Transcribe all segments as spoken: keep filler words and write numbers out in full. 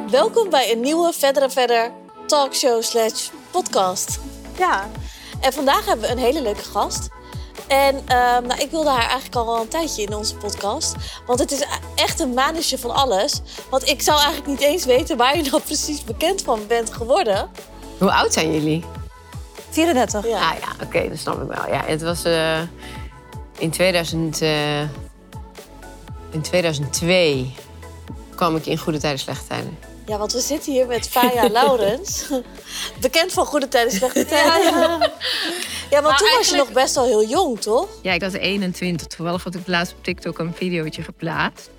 Welkom bij een nieuwe Verder en Verder talkshow slash podcast. Ja. En vandaag hebben we een hele leuke gast. En uh, nou, ik wilde haar eigenlijk al wel een tijdje in onze podcast. Want het is echt een manusje van alles. Want ik zou eigenlijk niet eens weten waar je nou precies bekend van bent geworden. Hoe oud zijn jullie? vierendertig. Ja. Ah ja, oké, okay, dat snap ik wel. Ja, het was uh, in, tweeduizend, uh, in tweeduizend twee kwam ik in Goede Tijden, Slechte Tijden. Ja, want we zitten hier met Faya Laurens. Bekend van Goede Tijden, Slechte Tijden. Ja, ja. Ja, want maar toen was je nog best wel heel jong, toch? Ja, ik was eenentwintig. Toevallig had ik laatst op TikTok een videootje geplaatst.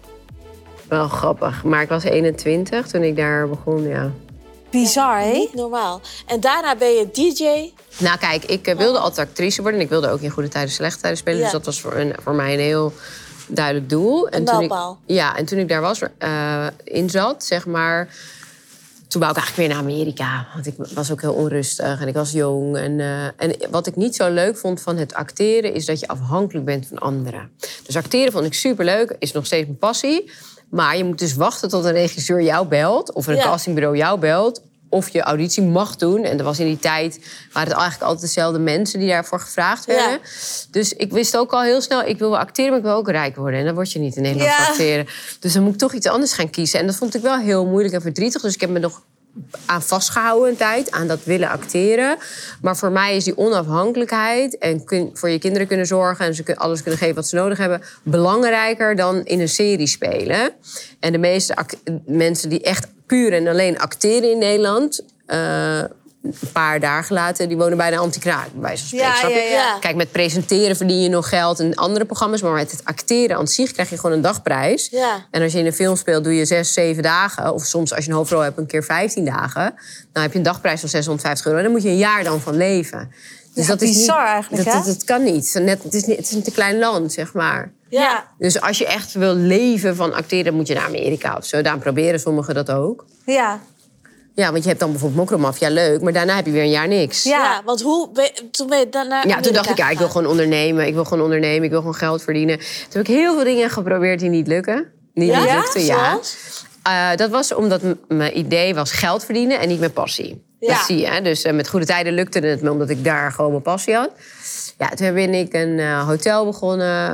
Wel grappig, maar ik was eenentwintig toen ik daar begon, ja. Bizar, hè? Niet normaal. En daarna ben je D J. Nou kijk, ik uh, wilde altijd actrice worden. En ik wilde ook in Goede Tijden, Slechte Tijden spelen. Ja. Dus dat was voor, een, voor mij een heel duidelijk doel. En een toen ik, ja, en toen ik daar was, uh, in zat, zeg maar... Toen wou ik eigenlijk weer naar Amerika. Want ik was ook heel onrustig en ik was jong. En, uh, en wat ik niet zo leuk vond van het acteren... is dat je afhankelijk bent van anderen. Dus acteren vond ik superleuk, is nog steeds mijn passie. Maar je moet dus wachten tot een regisseur jou belt... of een ja. castingbureau jou belt... of je auditie mag doen. En dat was in die tijd... waren het eigenlijk altijd dezelfde mensen die daarvoor gevraagd werden. Ja. Dus ik wist ook al heel snel... ik wil wel acteren, maar ik wil ook rijk worden. En dan word je niet in Nederland ja. acteren. Dus dan moet ik toch iets anders gaan kiezen. En dat vond ik wel heel moeilijk en verdrietig. Dus ik heb me nog aan vastgehouden een tijd. Aan dat willen acteren. Maar voor mij is die onafhankelijkheid... en kun, voor je kinderen kunnen zorgen... en ze alles kunnen geven wat ze nodig hebben... belangrijker dan in een serie spelen. En de meeste act- mensen die echt... puur en alleen acteren in Nederland. Uh, een paar dagen later, die wonen bij de anti-kraak, bij wijze van spreken. Ja, snap je? ja, ja. Kijk, met presenteren verdien je nog geld en andere programma's... maar met het acteren aan zich krijg je gewoon een dagprijs. Ja. En als je in een film speelt, doe je zes, zeven dagen... of soms als je een hoofdrol hebt, een keer vijftien dagen... dan heb je een dagprijs van zeshonderdvijftig euro... en dan moet je een jaar dan van leven. Dus ja, dat is bizar niet, eigenlijk, dat, hè? dat, dat kan niet. Net, het, is niet. Het is een te klein land, zeg maar. Ja. Dus als je echt wil leven van acteren... moet je naar Amerika of zo. Daarom proberen sommigen dat ook. Ja. Ja, want je hebt dan bijvoorbeeld Mokromafia, leuk... maar daarna heb je weer een jaar niks. Ja, ja want hoe ben je, toen ben je dan naar Ja, toen dacht ik, ja, ik wil gewoon ondernemen. Ik wil gewoon ondernemen, ik wil gewoon geld verdienen. Toen heb ik heel veel dingen geprobeerd die niet lukken. Die ja? niet lukten, ja. ja. Uh, dat was omdat m- mijn idee was geld verdienen en niet mijn passie. Ja. Dat zie je, hè? Dus uh, met Goede Tijden lukte het me, omdat ik daar gewoon mijn passie had. Ja, toen ben ik een uh, hotel begonnen.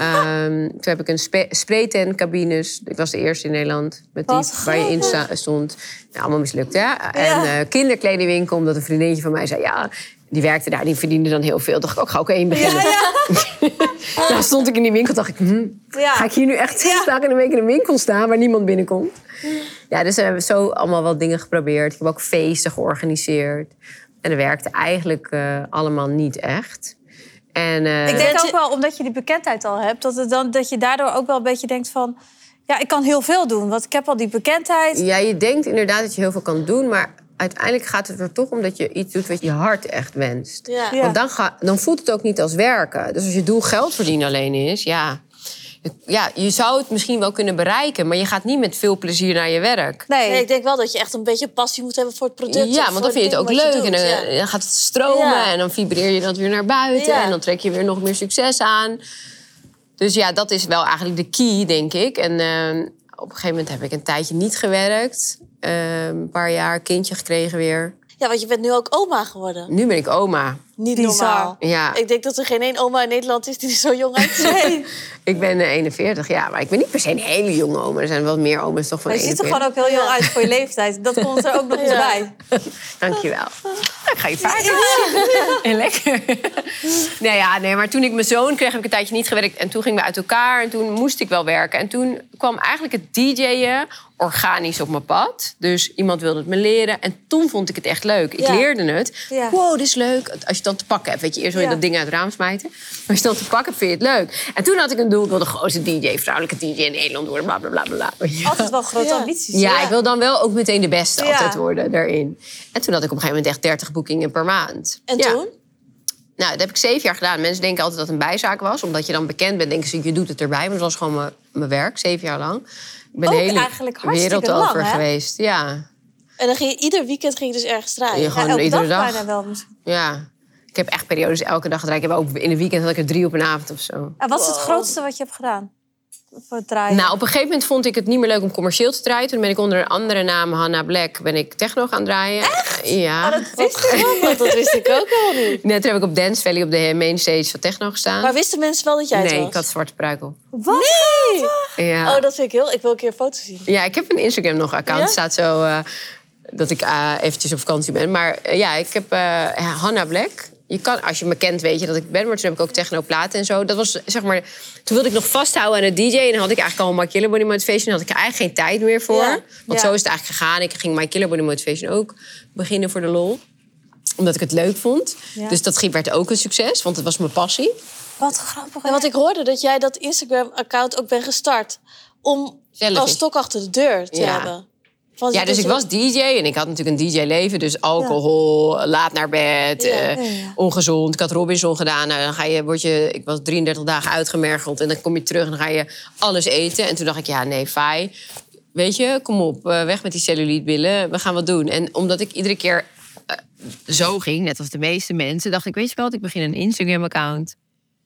Um, toen heb ik een spe- spraytencabines. Ik was de eerste in Nederland met die, waar je in sta- stond. Ja, allemaal mislukt, hè? Ja. En uh, kinderkledingwinkel, omdat een vriendinnetje van mij zei... ja, die werkte daar, die verdiende dan heel veel. Dacht ik, ook, ga ook één beginnen. Ja, ja. Nou, stond ik in die winkel, dacht ik... Hm, ja. ga ik hier nu echt zes dagen in de week in een winkel staan... waar niemand binnenkomt? Ja, dus we hebben zo allemaal wat dingen geprobeerd. Ik heb ook feesten georganiseerd. En dat werkte eigenlijk uh, allemaal niet echt. En, uh, ik denk ook wel, omdat je die bekendheid al hebt... Dat, het dan, dat je daardoor ook wel een beetje denkt van... ja, ik kan heel veel doen, want ik heb al die bekendheid. Ja, je denkt inderdaad dat je heel veel kan doen... maar uiteindelijk gaat het er toch om dat je iets doet... wat je hart echt wenst. Ja. Ja. Want dan, ga, dan voelt het ook niet als werken. Dus als je doel geld verdienen alleen is... ja, ja, je zou het misschien wel kunnen bereiken... maar je gaat niet met veel plezier naar je werk. Nee. Nee, ik denk wel dat je echt een beetje passie moet hebben voor het product. Ja, want dan vind je het ook leuk. En dan, ja. dan gaat het stromen Ja. en dan vibreer je dat weer naar buiten. Ja. En dan trek je weer nog meer succes aan. Dus ja, dat is wel eigenlijk de key, denk ik. En uh, op een gegeven moment heb ik een tijdje niet gewerkt. Uh, een paar jaar, kindje gekregen weer. Ja, want je bent nu ook oma geworden. Nu ben ik oma. Niet Bizar. normaal. Ja. Ik denk dat er geen één oma in Nederland is die er zo jong uitziet. Nee. Ik ben uh, eenenveertig, ja. Maar ik ben niet per se een hele jonge oma. Er zijn wel meer oma's toch van Maar je ziet er eenenveertig. gewoon ook heel jong uit voor je leeftijd. Dat komt er ook nog eens Ja. bij. Dankjewel. Ik ga je vaker. En lekker. Nee, ja, nee, maar toen ik mijn zoon kreeg, heb ik een tijdje niet gewerkt. En toen gingen we uit elkaar en toen moest ik wel werken. En toen kwam eigenlijk het D J'en organisch op mijn pad. Dus iemand wilde het me leren. En toen vond ik het echt leuk. Ik Ja. leerde het. Ja. Wow, dit is leuk. Als je het dan te pakken hebt. Weet je, eerst wil je Ja. dat ding uit het raam smijten. Maar als je het dan te pakken hebt, vind je het leuk. En toen had ik een doel. Ik wilde de grootste D J, vrouwelijke D J in Nederland worden. Bla, bla, bla, bla. Ja. Altijd wel grote Ja. ambities. Ja, ik wil dan wel ook meteen de beste Ja. altijd worden daarin. En toen had ik op een gegeven moment echt dertig boekingen per maand. En Ja. toen? Nou, dat heb ik zeven jaar gedaan. Mensen denken altijd dat het een bijzaak was. Omdat je dan bekend bent, denken ze, je doet het erbij. Maar dat was gewoon mijn, mijn werk, zeven jaar lang. Ik ben Ook de hele eigenlijk hartstikke wereld lang, over hè? geweest. Ja, En dan ging je ieder weekend ging je dus ergens draaien. Ja, gewoon elke iedere dag dag. bijna wel misschien. ja. Ik heb echt periodes elke dag gedraaid. Ik heb ook in een weekend had ik er drie op een avond of zo. En wat is het Wow. grootste wat je hebt gedaan? voor het draaien? Nou, op een gegeven moment vond ik het niet meer leuk om commercieel te draaien. Toen ben ik onder een andere naam, Hannah Black, ben ik techno gaan draaien. Echt? Ja. Oh, dat wist ik wel. Want dat wist ik ook helemaal niet. Net toen heb ik op Dance Valley op de main stage van techno gestaan. Maar wisten mensen wel dat jij het nee, was? ik had zwarte pruik op. Wat? Nee! Ja. Oh, dat vind ik heel... Ik wil een keer een foto zien. Ja, ik heb een Instagram nog account. Ja? Het staat zo uh, dat ik uh, eventjes op vakantie ben. Maar uh, ja, ik heb uh, Hannah Black. Je kan, als je me kent, weet je dat ik ben. Maar toen heb ik ook technoplaten en zo. Dat was, zeg maar, toen wilde ik nog vasthouden aan het D J. En dan had ik eigenlijk al een My Killer Body Motivation. Dan had ik eigenlijk geen tijd meer voor. Ja. Want Ja. zo is het eigenlijk gegaan. Ik ging My Killer Body Motivation ook beginnen voor de lol. Omdat ik het leuk vond. Ja. Dus dat werd ook een succes. Want het was mijn passie. Wat grappig. Ja, want ik hoorde dat jij dat Instagram-account ook bent gestart. Om Zelf als is. stok achter de deur te Ja. hebben. Van, Ja, dus ik was D J en ik had natuurlijk een D J-leven. Dus alcohol, laat naar bed, Ja. eh, Ja, ja. ongezond. Ik had Robinson gedaan. Nou, dan ga je, word je, ik was drieëndertig dagen uitgemergeld. En dan kom je terug en dan ga je alles eten. En toen dacht ik, ja, nee, faai. Weet je, kom op, eh, weg met die cellulitebillen. We gaan wat doen. En omdat ik iedere keer eh, zo ging, net als de meeste mensen... dacht ik, weet je wel, ik begin een Instagram-account...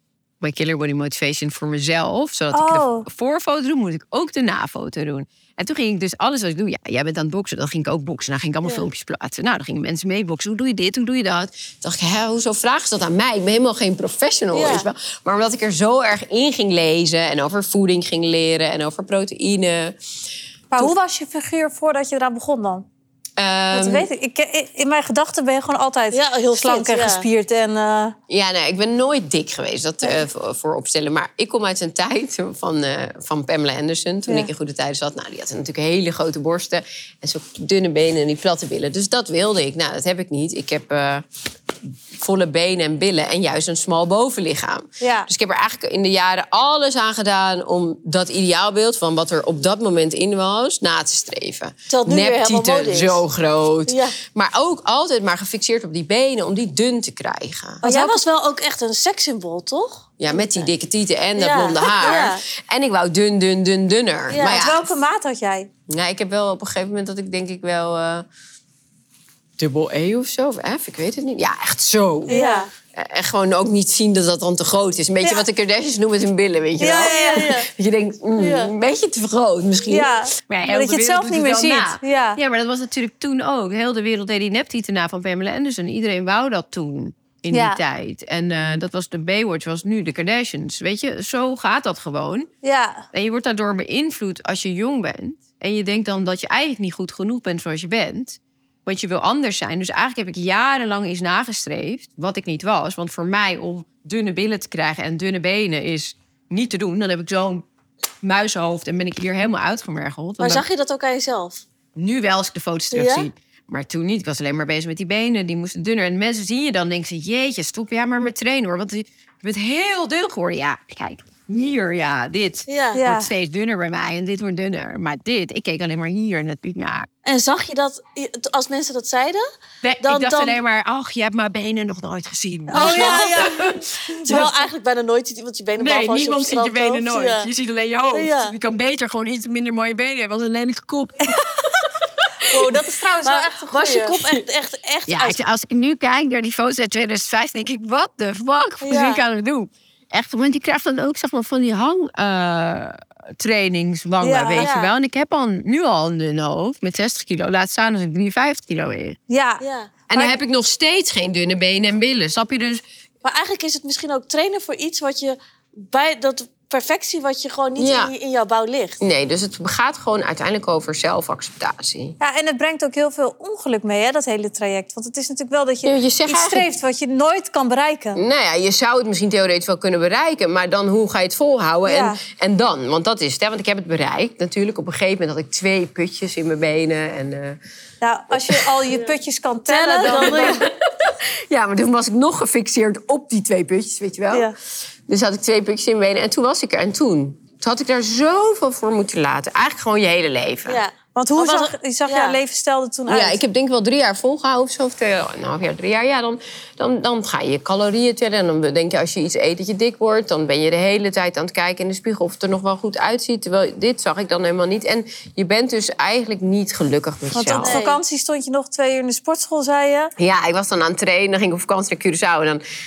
My Killer Body Motivation voor mezelf. Zodat ik Oh. de voorfoto doe, moet ik ook de nafoto doen. En toen ging ik dus alles wat ik doe. Ja, jij bent aan het boksen, dan ging ik ook boksen. Dan ging ik allemaal Ja. filmpjes plaatsen. Nou, dan gingen mensen mee boksen. Hoe doe je dit, hoe doe je dat? Toen dacht ik, hè, hoezo vragen ze dat aan mij? Ik ben helemaal geen professional. Ja. Weet je wel. Maar omdat ik er zo erg in ging lezen... en over voeding ging leren en over proteïne... Maar hoe was je figuur voordat je eraan begon dan? Dat Ehm, weet ik. ik. In mijn gedachten ben je gewoon altijd Ja, heel slank fit, en ja. gespierd. En, uh... Ja, nee, ik ben nooit dik geweest, dat eh, voor, voor opstellen. Maar ik kom uit een tijd van, eh, van Pamela Anderson, toen Ja. ik in Goede Tijden zat. Nou, die had natuurlijk hele grote borsten en zo dunne benen en die platte billen. Dus dat wilde ik. Nou, dat heb ik niet. Ik heb uh, volle benen en billen en juist een smal bovenlichaam. Ja. Dus ik heb er eigenlijk in de jaren alles aan gedaan om dat ideaalbeeld van wat er op dat moment in was, na te streven. Terwijl het nu weer helemaal Neptieten, mode is. zo groot. Ja. Maar ook altijd maar gefixeerd op die benen om die dun te krijgen. Maar jij was wel ook echt een sekssymbool, toch? Ja, met die dikke tieten en dat Ja. blonde haar. Ja. En ik wou dun, dun, dun, dunner. Ja. Maar Uit ja, welke maat had jij? nou, ik heb wel op een gegeven moment dat ik denk ik wel... eh, dubbel E of zo, of F, ik weet het niet. Ja, echt zo. Ja. En gewoon ook niet zien dat dat dan te groot is. Een beetje Ja. wat de Kardashians noemen met hun billen, weet je Ja, wel? ja, ja. Dat je denkt, mm, Ja. een beetje te groot misschien. Ja, Maar maar dat je het zelf niet meer ziet. Ja. Ja, maar dat was natuurlijk toen ook. Heel de wereld deed die neptieten na van Pamela Anderson. Iedereen wou dat toen, in Ja. die tijd. En uh, dat was de Baywatch, was nu de Kardashians. Weet je, zo gaat dat gewoon. Ja. En je wordt daardoor beïnvloed als je jong bent. En je denkt dan dat je eigenlijk niet goed genoeg bent zoals je bent. Want je wil anders zijn. Dus eigenlijk heb ik jarenlang eens nagestreefd, wat ik niet was. Want voor mij om dunne billen te krijgen en dunne benen is niet te doen. Dan heb ik zo'n muizenhoofd en ben ik hier helemaal uitgemergeld. Maar En zag je dat ook aan jezelf? nu wel als ik de foto's terug Ja? zie. Maar toen niet. Ik was alleen maar bezig met die benen. Die moesten dunner. En mensen zien je dan denken ze... Jeetje, stop jij maar met trainen hoor. Want je bent heel dun geworden. Ja, kijk. Hier, ja, dit. Ja. Ja. Wordt steeds dunner bij mij. En dit wordt dunner. Maar dit, ik keek alleen maar hier. En dat, ja. En zag je dat, als mensen dat zeiden? Nee, Dan- ik dacht dan- alleen maar... Ach, je hebt mijn benen nog nooit gezien. Oh ja, ja. Terwijl eigenlijk bijna nooit ziet iemand je benen Nee, behalve als je niemand op ziet je strand benen loopt. nooit. Ja. Je ziet alleen je hoofd. Ja. Je kan beter gewoon iets minder mooie benen hebben. Als een lelijke kop. Oh, dat is trouwens wel Maar echt een was je goeie. kop echt, echt, echt Ja, uit? ik- als ik nu kijk naar die foto's uit tweeduizend vijf, denk ik, wat de fuck? Wat Ja. ben ik aan het doen? Echt, want je krijgt dan ook zeg maar, van die hangtrainingswangen, Ja, weet ja. je wel. En ik heb al, nu al een dun hoofd met zestig kilo. Laat staan als ik drieënvijftig kilo weeg. Ja. Ja. En dan heb ik nog steeds geen dunne benen en billen. Snap je dus? Maar eigenlijk is het misschien ook trainen voor iets wat je bij dat perfectie wat je gewoon niet Ja. in, je- in jouw bouw ligt. Nee, dus het gaat gewoon uiteindelijk over zelfacceptatie. Ja, en het brengt ook heel veel ongeluk mee, hè, dat hele traject. Want het is natuurlijk wel dat je, Ja, je zegt iets eigenlijk- streeft wat je nooit kan bereiken. Nou ja, je zou het misschien theoretisch wel kunnen bereiken. Maar dan, hoe ga je het volhouden? Ja. En, en dan? Want dat is het, hè? Want ik heb het bereikt natuurlijk. Op een gegeven moment had ik twee putjes in mijn benen. En, eh, Nou, als je al je putjes kan tellen, Tellen, dan... dan- ja, maar toen was ik nog gefixeerd op die twee putjes, weet je wel? Ja. Dus had ik twee putjes in mijn benen. En toen was ik er. En toen? Toen had ik daar zoveel voor moeten laten. Eigenlijk gewoon je hele leven. Ja. Want hoe Maar wat- zag, zag ja. jouw levensstijl er toen uit? Ja, ik heb denk ik wel drie jaar volgehouden of zo. Of twee, een half jaar, drie jaar. Ja, dan, dan, dan ga je je calorieën tellen. En dan denk je als je iets eet dat je dik wordt. Dan ben je de hele tijd aan het kijken in de spiegel of het er nog wel goed uitziet. Terwijl dit zag ik dan helemaal niet. En je bent dus eigenlijk niet gelukkig met Want jezelf. op vakantie stond je nog twee uur in de sportschool, zei je. Ja, ik was dan aan het trainen. Dan ging ik op vakantie naar Curaçao. En dan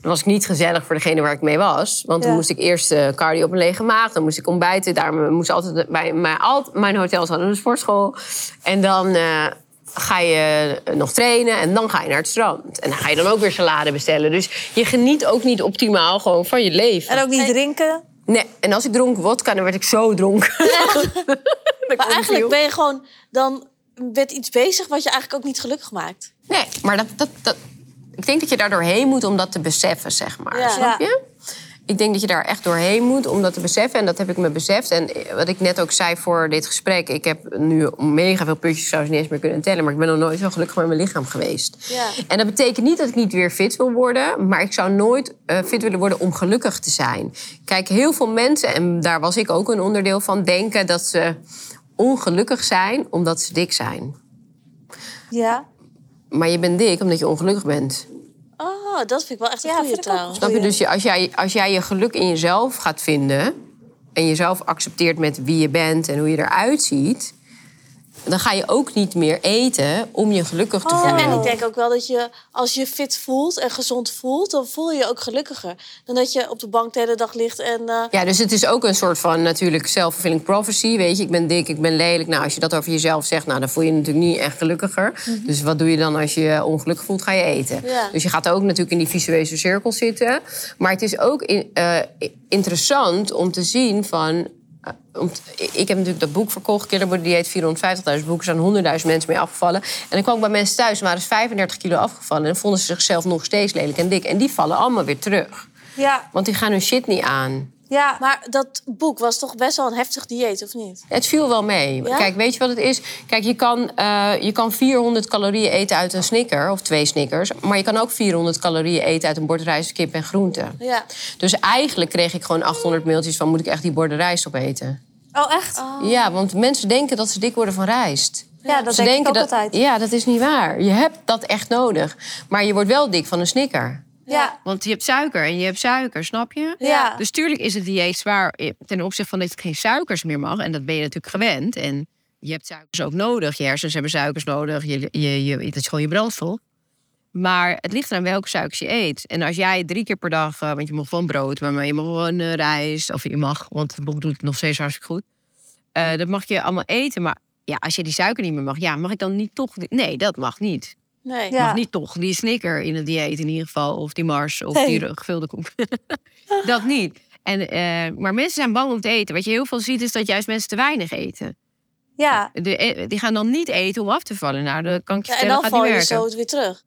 Dan was ik niet gezellig voor degene waar ik mee was. Want dan Ja. moest ik eerst uh, cardio op een lege maag. Dan moest ik ontbijten. Daar moest altijd bij mijn, al, mijn hotels hadden een sportschool. En dan uh, ga je nog trainen. En dan ga je naar het strand. En dan ga je dan ook weer salade bestellen. Dus je geniet ook niet optimaal gewoon van je leven. En ook niet drinken. Nee, en als ik dronk wodka, dan werd ik zo dronken. Ja. Maar eigenlijk ben je gewoon dan met iets bezig wat je eigenlijk ook niet gelukkig maakt. Nee, maar dat, dat, dat, ik denk dat je daar doorheen moet om dat te beseffen, zeg maar. Ja. Snap je? Ik denk dat je daar echt doorheen moet om dat te beseffen. En dat heb ik me beseft. En wat ik net ook zei voor dit gesprek... ik heb nu mega veel putjes, zou ik niet eens meer kunnen tellen... maar ik ben nog nooit zo gelukkig met mijn lichaam geweest. Ja. En dat betekent niet dat ik niet weer fit wil worden... maar ik zou nooit uh, fit willen worden om gelukkig te zijn. Kijk, heel veel mensen, en daar was ik ook een onderdeel van... denken dat ze ongelukkig zijn omdat ze dik zijn. Ja. Maar je bent dik omdat je ongelukkig bent. Oh, dat vind ik wel echt een Ja, goede vind ik ook. trouwens. Snap je? Dus je, als, jij, als jij je geluk in jezelf gaat vinden... en jezelf accepteert met wie je bent en hoe je eruit ziet... dan ga je ook niet meer eten om je gelukkig te Oh. voelen. Ja, en ik denk ook wel dat je, als je fit voelt en gezond voelt... dan voel je je ook gelukkiger. Dan dat je op de bank de hele dag ligt en... Uh... Ja, dus het is ook een soort van natuurlijk self-fulfilling prophecy. Weet je, ik ben dik, ik ben lelijk. Nou, als je dat over jezelf zegt, nou, dan voel je je natuurlijk niet echt gelukkiger. Mm-hmm. Dus wat doe je dan als je je ongelukkig voelt? Ga je eten. Ja. Dus je gaat ook natuurlijk in die visueuze cirkel zitten. Maar het is ook in, uh, interessant om te zien van... Ik heb natuurlijk dat boek verkocht, Killer Body Dieet, vierhonderdvijftigduizend boeken. Er zijn honderdduizend mensen mee afgevallen. En dan kwam ik bij mensen thuis, waren ze vijfendertig kilo afgevallen. En dan vonden ze zichzelf nog steeds lelijk en dik. En die vallen allemaal weer terug. Ja. Want die gaan hun shit niet aan. Ja. Maar dat boek was toch best wel een heftig dieet, of niet? Het viel wel mee. Ja? Kijk, weet je wat het is? Kijk, je kan, uh, je kan vierhonderd calorieën eten uit een Snicker, of twee Snickers. Maar je kan ook vierhonderd calorieën eten uit een bord rijst, kip en groenten. Ja. Dus eigenlijk kreeg ik gewoon achthonderd mailtjes van... moet ik echt die borden rijst opeten? Oh, echt? Oh. Ja, want mensen denken dat ze dik worden van rijst. Ja, dat Ze denk ik denken ook dat, altijd. Ja, dat is niet waar. Je hebt dat echt nodig. Maar je wordt wel dik van een Snicker. Ja. Want je hebt suiker en je hebt suiker, snap je? Ja. Dus tuurlijk is het dieet zwaar ten opzichte van dat je geen suikers meer mag. En dat ben je natuurlijk gewend. En je hebt suikers ook nodig. Je hersens hebben suikers nodig. Je, je, je, dat is gewoon je brandstof. Maar het ligt eraan welke suikers je eet. En als jij drie keer per dag... Uh, want je mag gewoon brood, maar je mag gewoon uh, rijst. Of je mag, want Bob doet het nog steeds hartstikke goed. Uh, dat mag je allemaal eten. Maar ja, als je die suiker niet meer mag... Ja, mag ik dan niet toch... Nee, dat mag niet. Nee. Ja. Mag niet toch die Snicker in het dieet in ieder geval. Of die Mars, of Nee. die gevulde koek. Dat niet. En, uh, maar mensen zijn bang om te eten. Wat je heel veel ziet is dat juist mensen te weinig eten. Ja. De, die gaan dan niet eten om af te vallen. Nou, dat kan ik je Ja, en vertellen, dan gaat val niet je werken. zo weer terug.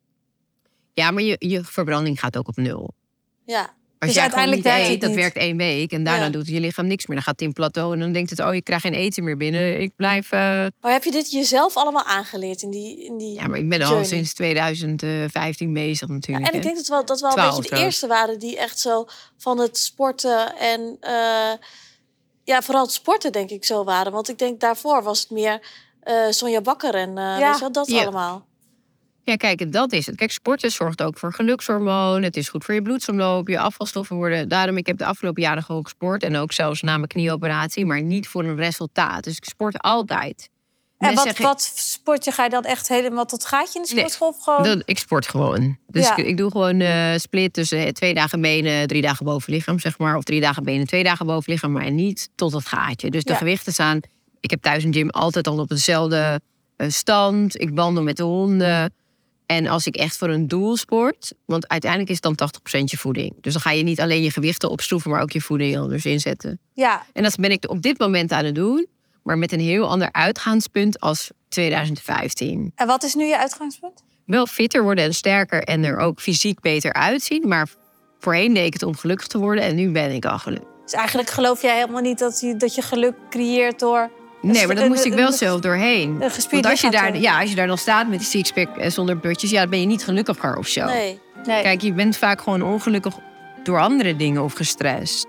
Ja, maar je, je verbranding gaat ook op nul. Ja. Als Dus jij gewoon niet uiteindelijk werkt eet, het dat niet. werkt één week. En daarna Ja. doet je lichaam niks meer. Dan gaat het in plateau en dan denkt het... oh, je krijgt geen eten meer binnen. Ik blijf... Uh... Maar heb je dit jezelf allemaal aangeleerd in die, in die Ja, maar ik ben al journey? sinds tweeduizend vijftien bezig natuurlijk. En ik hè. denk dat wel, dat wel een twaalf beetje de trouwens. eerste waren die echt zo van het sporten en uh, ja, vooral het sporten denk ik zo waren. Want ik denk daarvoor was het meer uh, Sonja Bakker en uh, Ja. weet je wel, dat Ja. allemaal. Ja, kijk, dat is het. Kijk, sporten zorgt ook voor gelukshormoon. Het is goed voor je bloedsomloop, je afvalstoffen worden. Daarom, ik heb de afgelopen jaren gewoon gesport. En ook zelfs na mijn knieoperatie, maar niet voor een resultaat. Dus ik sport altijd. En Mensen wat, zeggen- wat sport je? Ga je dan echt helemaal tot gaatje in de Nee, sportschool? Of gewoon... Dat, ik sport gewoon. Dus Ja. ik, ik doe gewoon uh, split tussen twee dagen benen, drie dagen bovenlichaam, zeg maar. Of drie dagen benen, twee dagen bovenlichaam. Maar niet tot het gaatje. Dus de Ja. gewichten staan... Ik heb thuis een gym altijd al op dezelfde uh, stand. Ik wandel met de honden. En als ik echt voor een doel sport... Want uiteindelijk is het dan tachtig procent je voeding. Dus dan ga je niet alleen je gewichten opschroeven... maar ook je voeding anders inzetten. Ja. En dat ben ik op dit moment aan het doen. Maar met een heel ander uitgangspunt als tweeduizend vijftien. En wat is nu je uitgangspunt? Wel fitter worden en sterker en er ook fysiek beter uitzien. Maar voorheen deed ik het om gelukkig te worden en nu ben ik al gelukkig. Dus eigenlijk geloof jij helemaal niet dat je, dat je geluk creëert door... Nee, maar dat een- moest ik een- wel een- zelf doorheen. een gespierd Want als je, lichaam daar, te- ja, als je daar nog staat met die sixpack en zonder putjes... ja, dan ben je niet gelukkiger of zo. Nee. Nee. Kijk, je bent vaak gewoon ongelukkig door andere dingen of gestrest.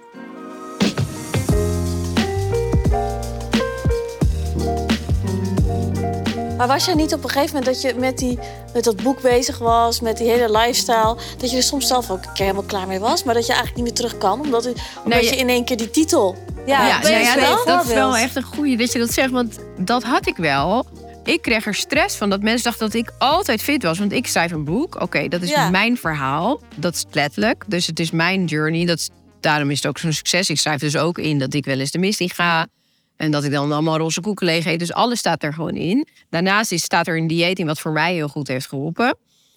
Maar was jij niet op een gegeven moment dat je met, die, met dat boek bezig was, met die hele lifestyle, dat je er soms zelf ook een keer helemaal klaar mee was, maar dat je eigenlijk niet meer terug kan, omdat, omdat Nee, je je- in één keer die titel... Ja, Ja, ben je nou ja, wel dat, dat is wel voorbeeld? echt een goeie dat je dat zegt. Want dat had ik wel. ik kreeg er stress van dat mensen dachten dat ik altijd fit was. Want ik schrijf een boek. Oké, okay, dat is ja. mijn verhaal. Dat is letterlijk. Dus het is mijn journey. Dat is, daarom is het ook zo'n succes. Ik schrijf dus ook in dat ik wel eens de mist in ga. En dat ik dan allemaal roze koeken leeg eet. Dus alles staat er gewoon in. Daarnaast is, staat er een dieet in wat voor mij heel goed heeft geholpen.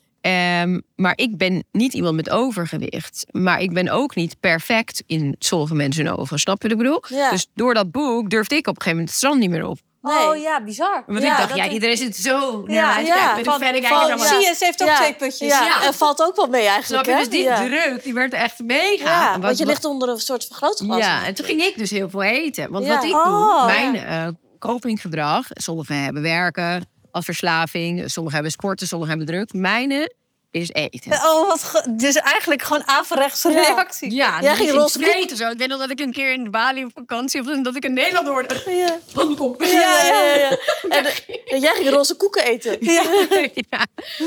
Um, maar ik ben niet iemand met overgewicht. Maar ik ben ook niet perfect in sommige mensen hun ogen. Snap je wat ik bedoel? Ja. Dus door dat boek durfde ik op een gegeven moment het strand niet meer op. Nee. Oh ja, bizar. Want ja, ik dacht, ja, is... iedereen zit zo naar ja, mij te ja. kijken. Met Van, een verder van, kijken. zie je, ze heeft ook ja. twee putjes. Ja. Ja. En valt ook wel mee eigenlijk. Snap je? Dus die ja. druk, die werd echt mega. Ja, wat, want je ligt onder een soort vergrootglas. Ja, en toen ging ik dus heel veel eten. Want ja. wat ik oh, doe, mijn ja. uh, copinggedrag... Sommigen hebben werken, als verslaving. Sommigen hebben sporten, sommigen hebben druk. Mijne is eten. Oh, wat ge... Dus eigenlijk gewoon averechtse ja. reactie. Ja, Jij ging roze vreten zo. Ik weet nog dat ik een keer in Bali op vakantie... of dat ik in Nederland hoorde. Ja. Ja, Ja, ja, ja, ja. En, en jij ging roze koeken eten. Ja, ja.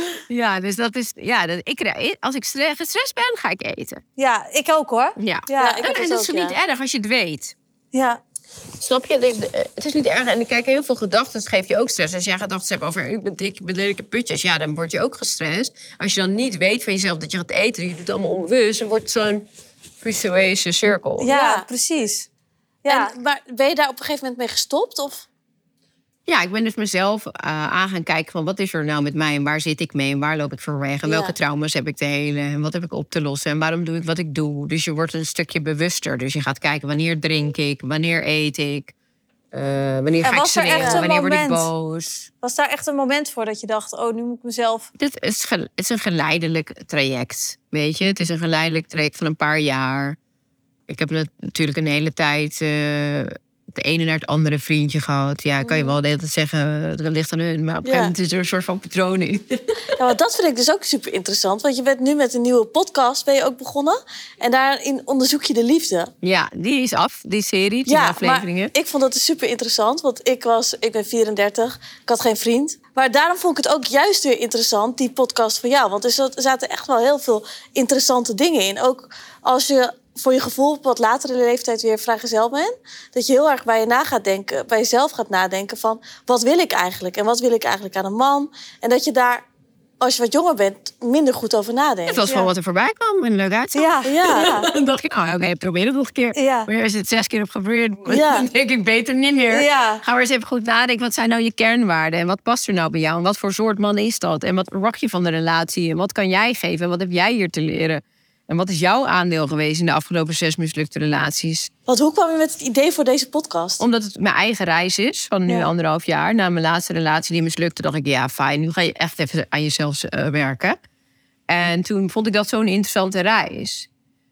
ja dus dat is... Ja, dat, ik, als ik gestrest ben, ga ik eten. Ja, ik ook hoor. Ja, ja ik en, heb en dat is ook, niet ja. erg als je het weet. Ja. Snap je? Het is niet erg. En kijk, heel veel gedachten geef je ook stress. Als jij gedachten hebt over ik ben dik, ik ben lelijke putjes, ja, dan word je ook gestrest. Als je dan niet weet van jezelf dat je gaat eten, je doet het allemaal onbewust, dan wordt het zo'n visueuze cirkel. Ja, Ja. precies. Ja. En, maar ben je daar op een gegeven moment mee gestopt? Of? Ja, ik ben dus mezelf uh, aan gaan kijken van wat is er nou met mij en waar zit ik mee en waar loop ik voor weg en welke Ja. trauma's heb ik te helen en wat heb ik op te lossen en waarom doe ik wat ik doe. Dus je wordt een stukje bewuster. Dus je gaat kijken wanneer drink ik, wanneer eet ik, uh, wanneer En ga ik was er echt schreeuwen, een wanneer word ik moment? boos. Was daar echt een moment voor dat je dacht, oh, nu moet ik mezelf... Dit is, ge- het is een geleidelijk traject, weet je. Het is een geleidelijk traject van een paar jaar. Ik heb net natuurlijk een hele tijd uh, het ene naar het andere vriendje gehad. Ja, kan je wel de hele tijd zeggen, dat ligt aan hun. Maar op een gegeven moment is er een soort van patroon in. Ja, maar dat vind ik dus ook super interessant. Want je bent nu met een nieuwe podcast ben je ook begonnen. En daarin onderzoek je de liefde. Ja, die is af, die serie, tien Ja, afleveringen. maar ik vond dat dus super interessant. Want ik, was, ik ben vierendertig, ik had geen vriend. Maar daarom vond ik het ook juist weer interessant, die podcast van jou. Want er zat- er zaten echt wel heel veel interessante dingen in. Ook als je voor je gevoel op wat latere leeftijd weer vrijgezel bent. Dat je heel erg bij je na gaat denken, bij jezelf gaat nadenken van wat wil ik eigenlijk? En wat wil ik eigenlijk aan een man? En dat je daar, als je wat jonger bent, minder goed over nadenkt. Het was gewoon wat er voorbij kwam en leuk uitzag. Ja, Ja. ja. Dan dacht ik, oh, oké, okay, probeer het nog een keer. Ja. Maar als je het zes keer hebt geprobeerd, Ja. dan denk ik beter niet meer. Ja. Ga maar eens even goed nadenken. Wat zijn nou je kernwaarden? En wat past er nou bij jou? En wat voor soort man is dat? En wat verwacht je van de relatie? En wat kan jij geven? En wat heb jij hier te leren? En wat is jouw aandeel geweest in de afgelopen zes mislukte relaties? Want hoe kwam je met het idee voor deze podcast? Omdat het mijn eigen reis is, van nu Ja. anderhalf jaar. Na mijn laatste relatie die mislukte, dacht ik, ja, fijn. Nu ga je echt even aan jezelf uh, werken. En toen vond ik dat zo'n interessante reis.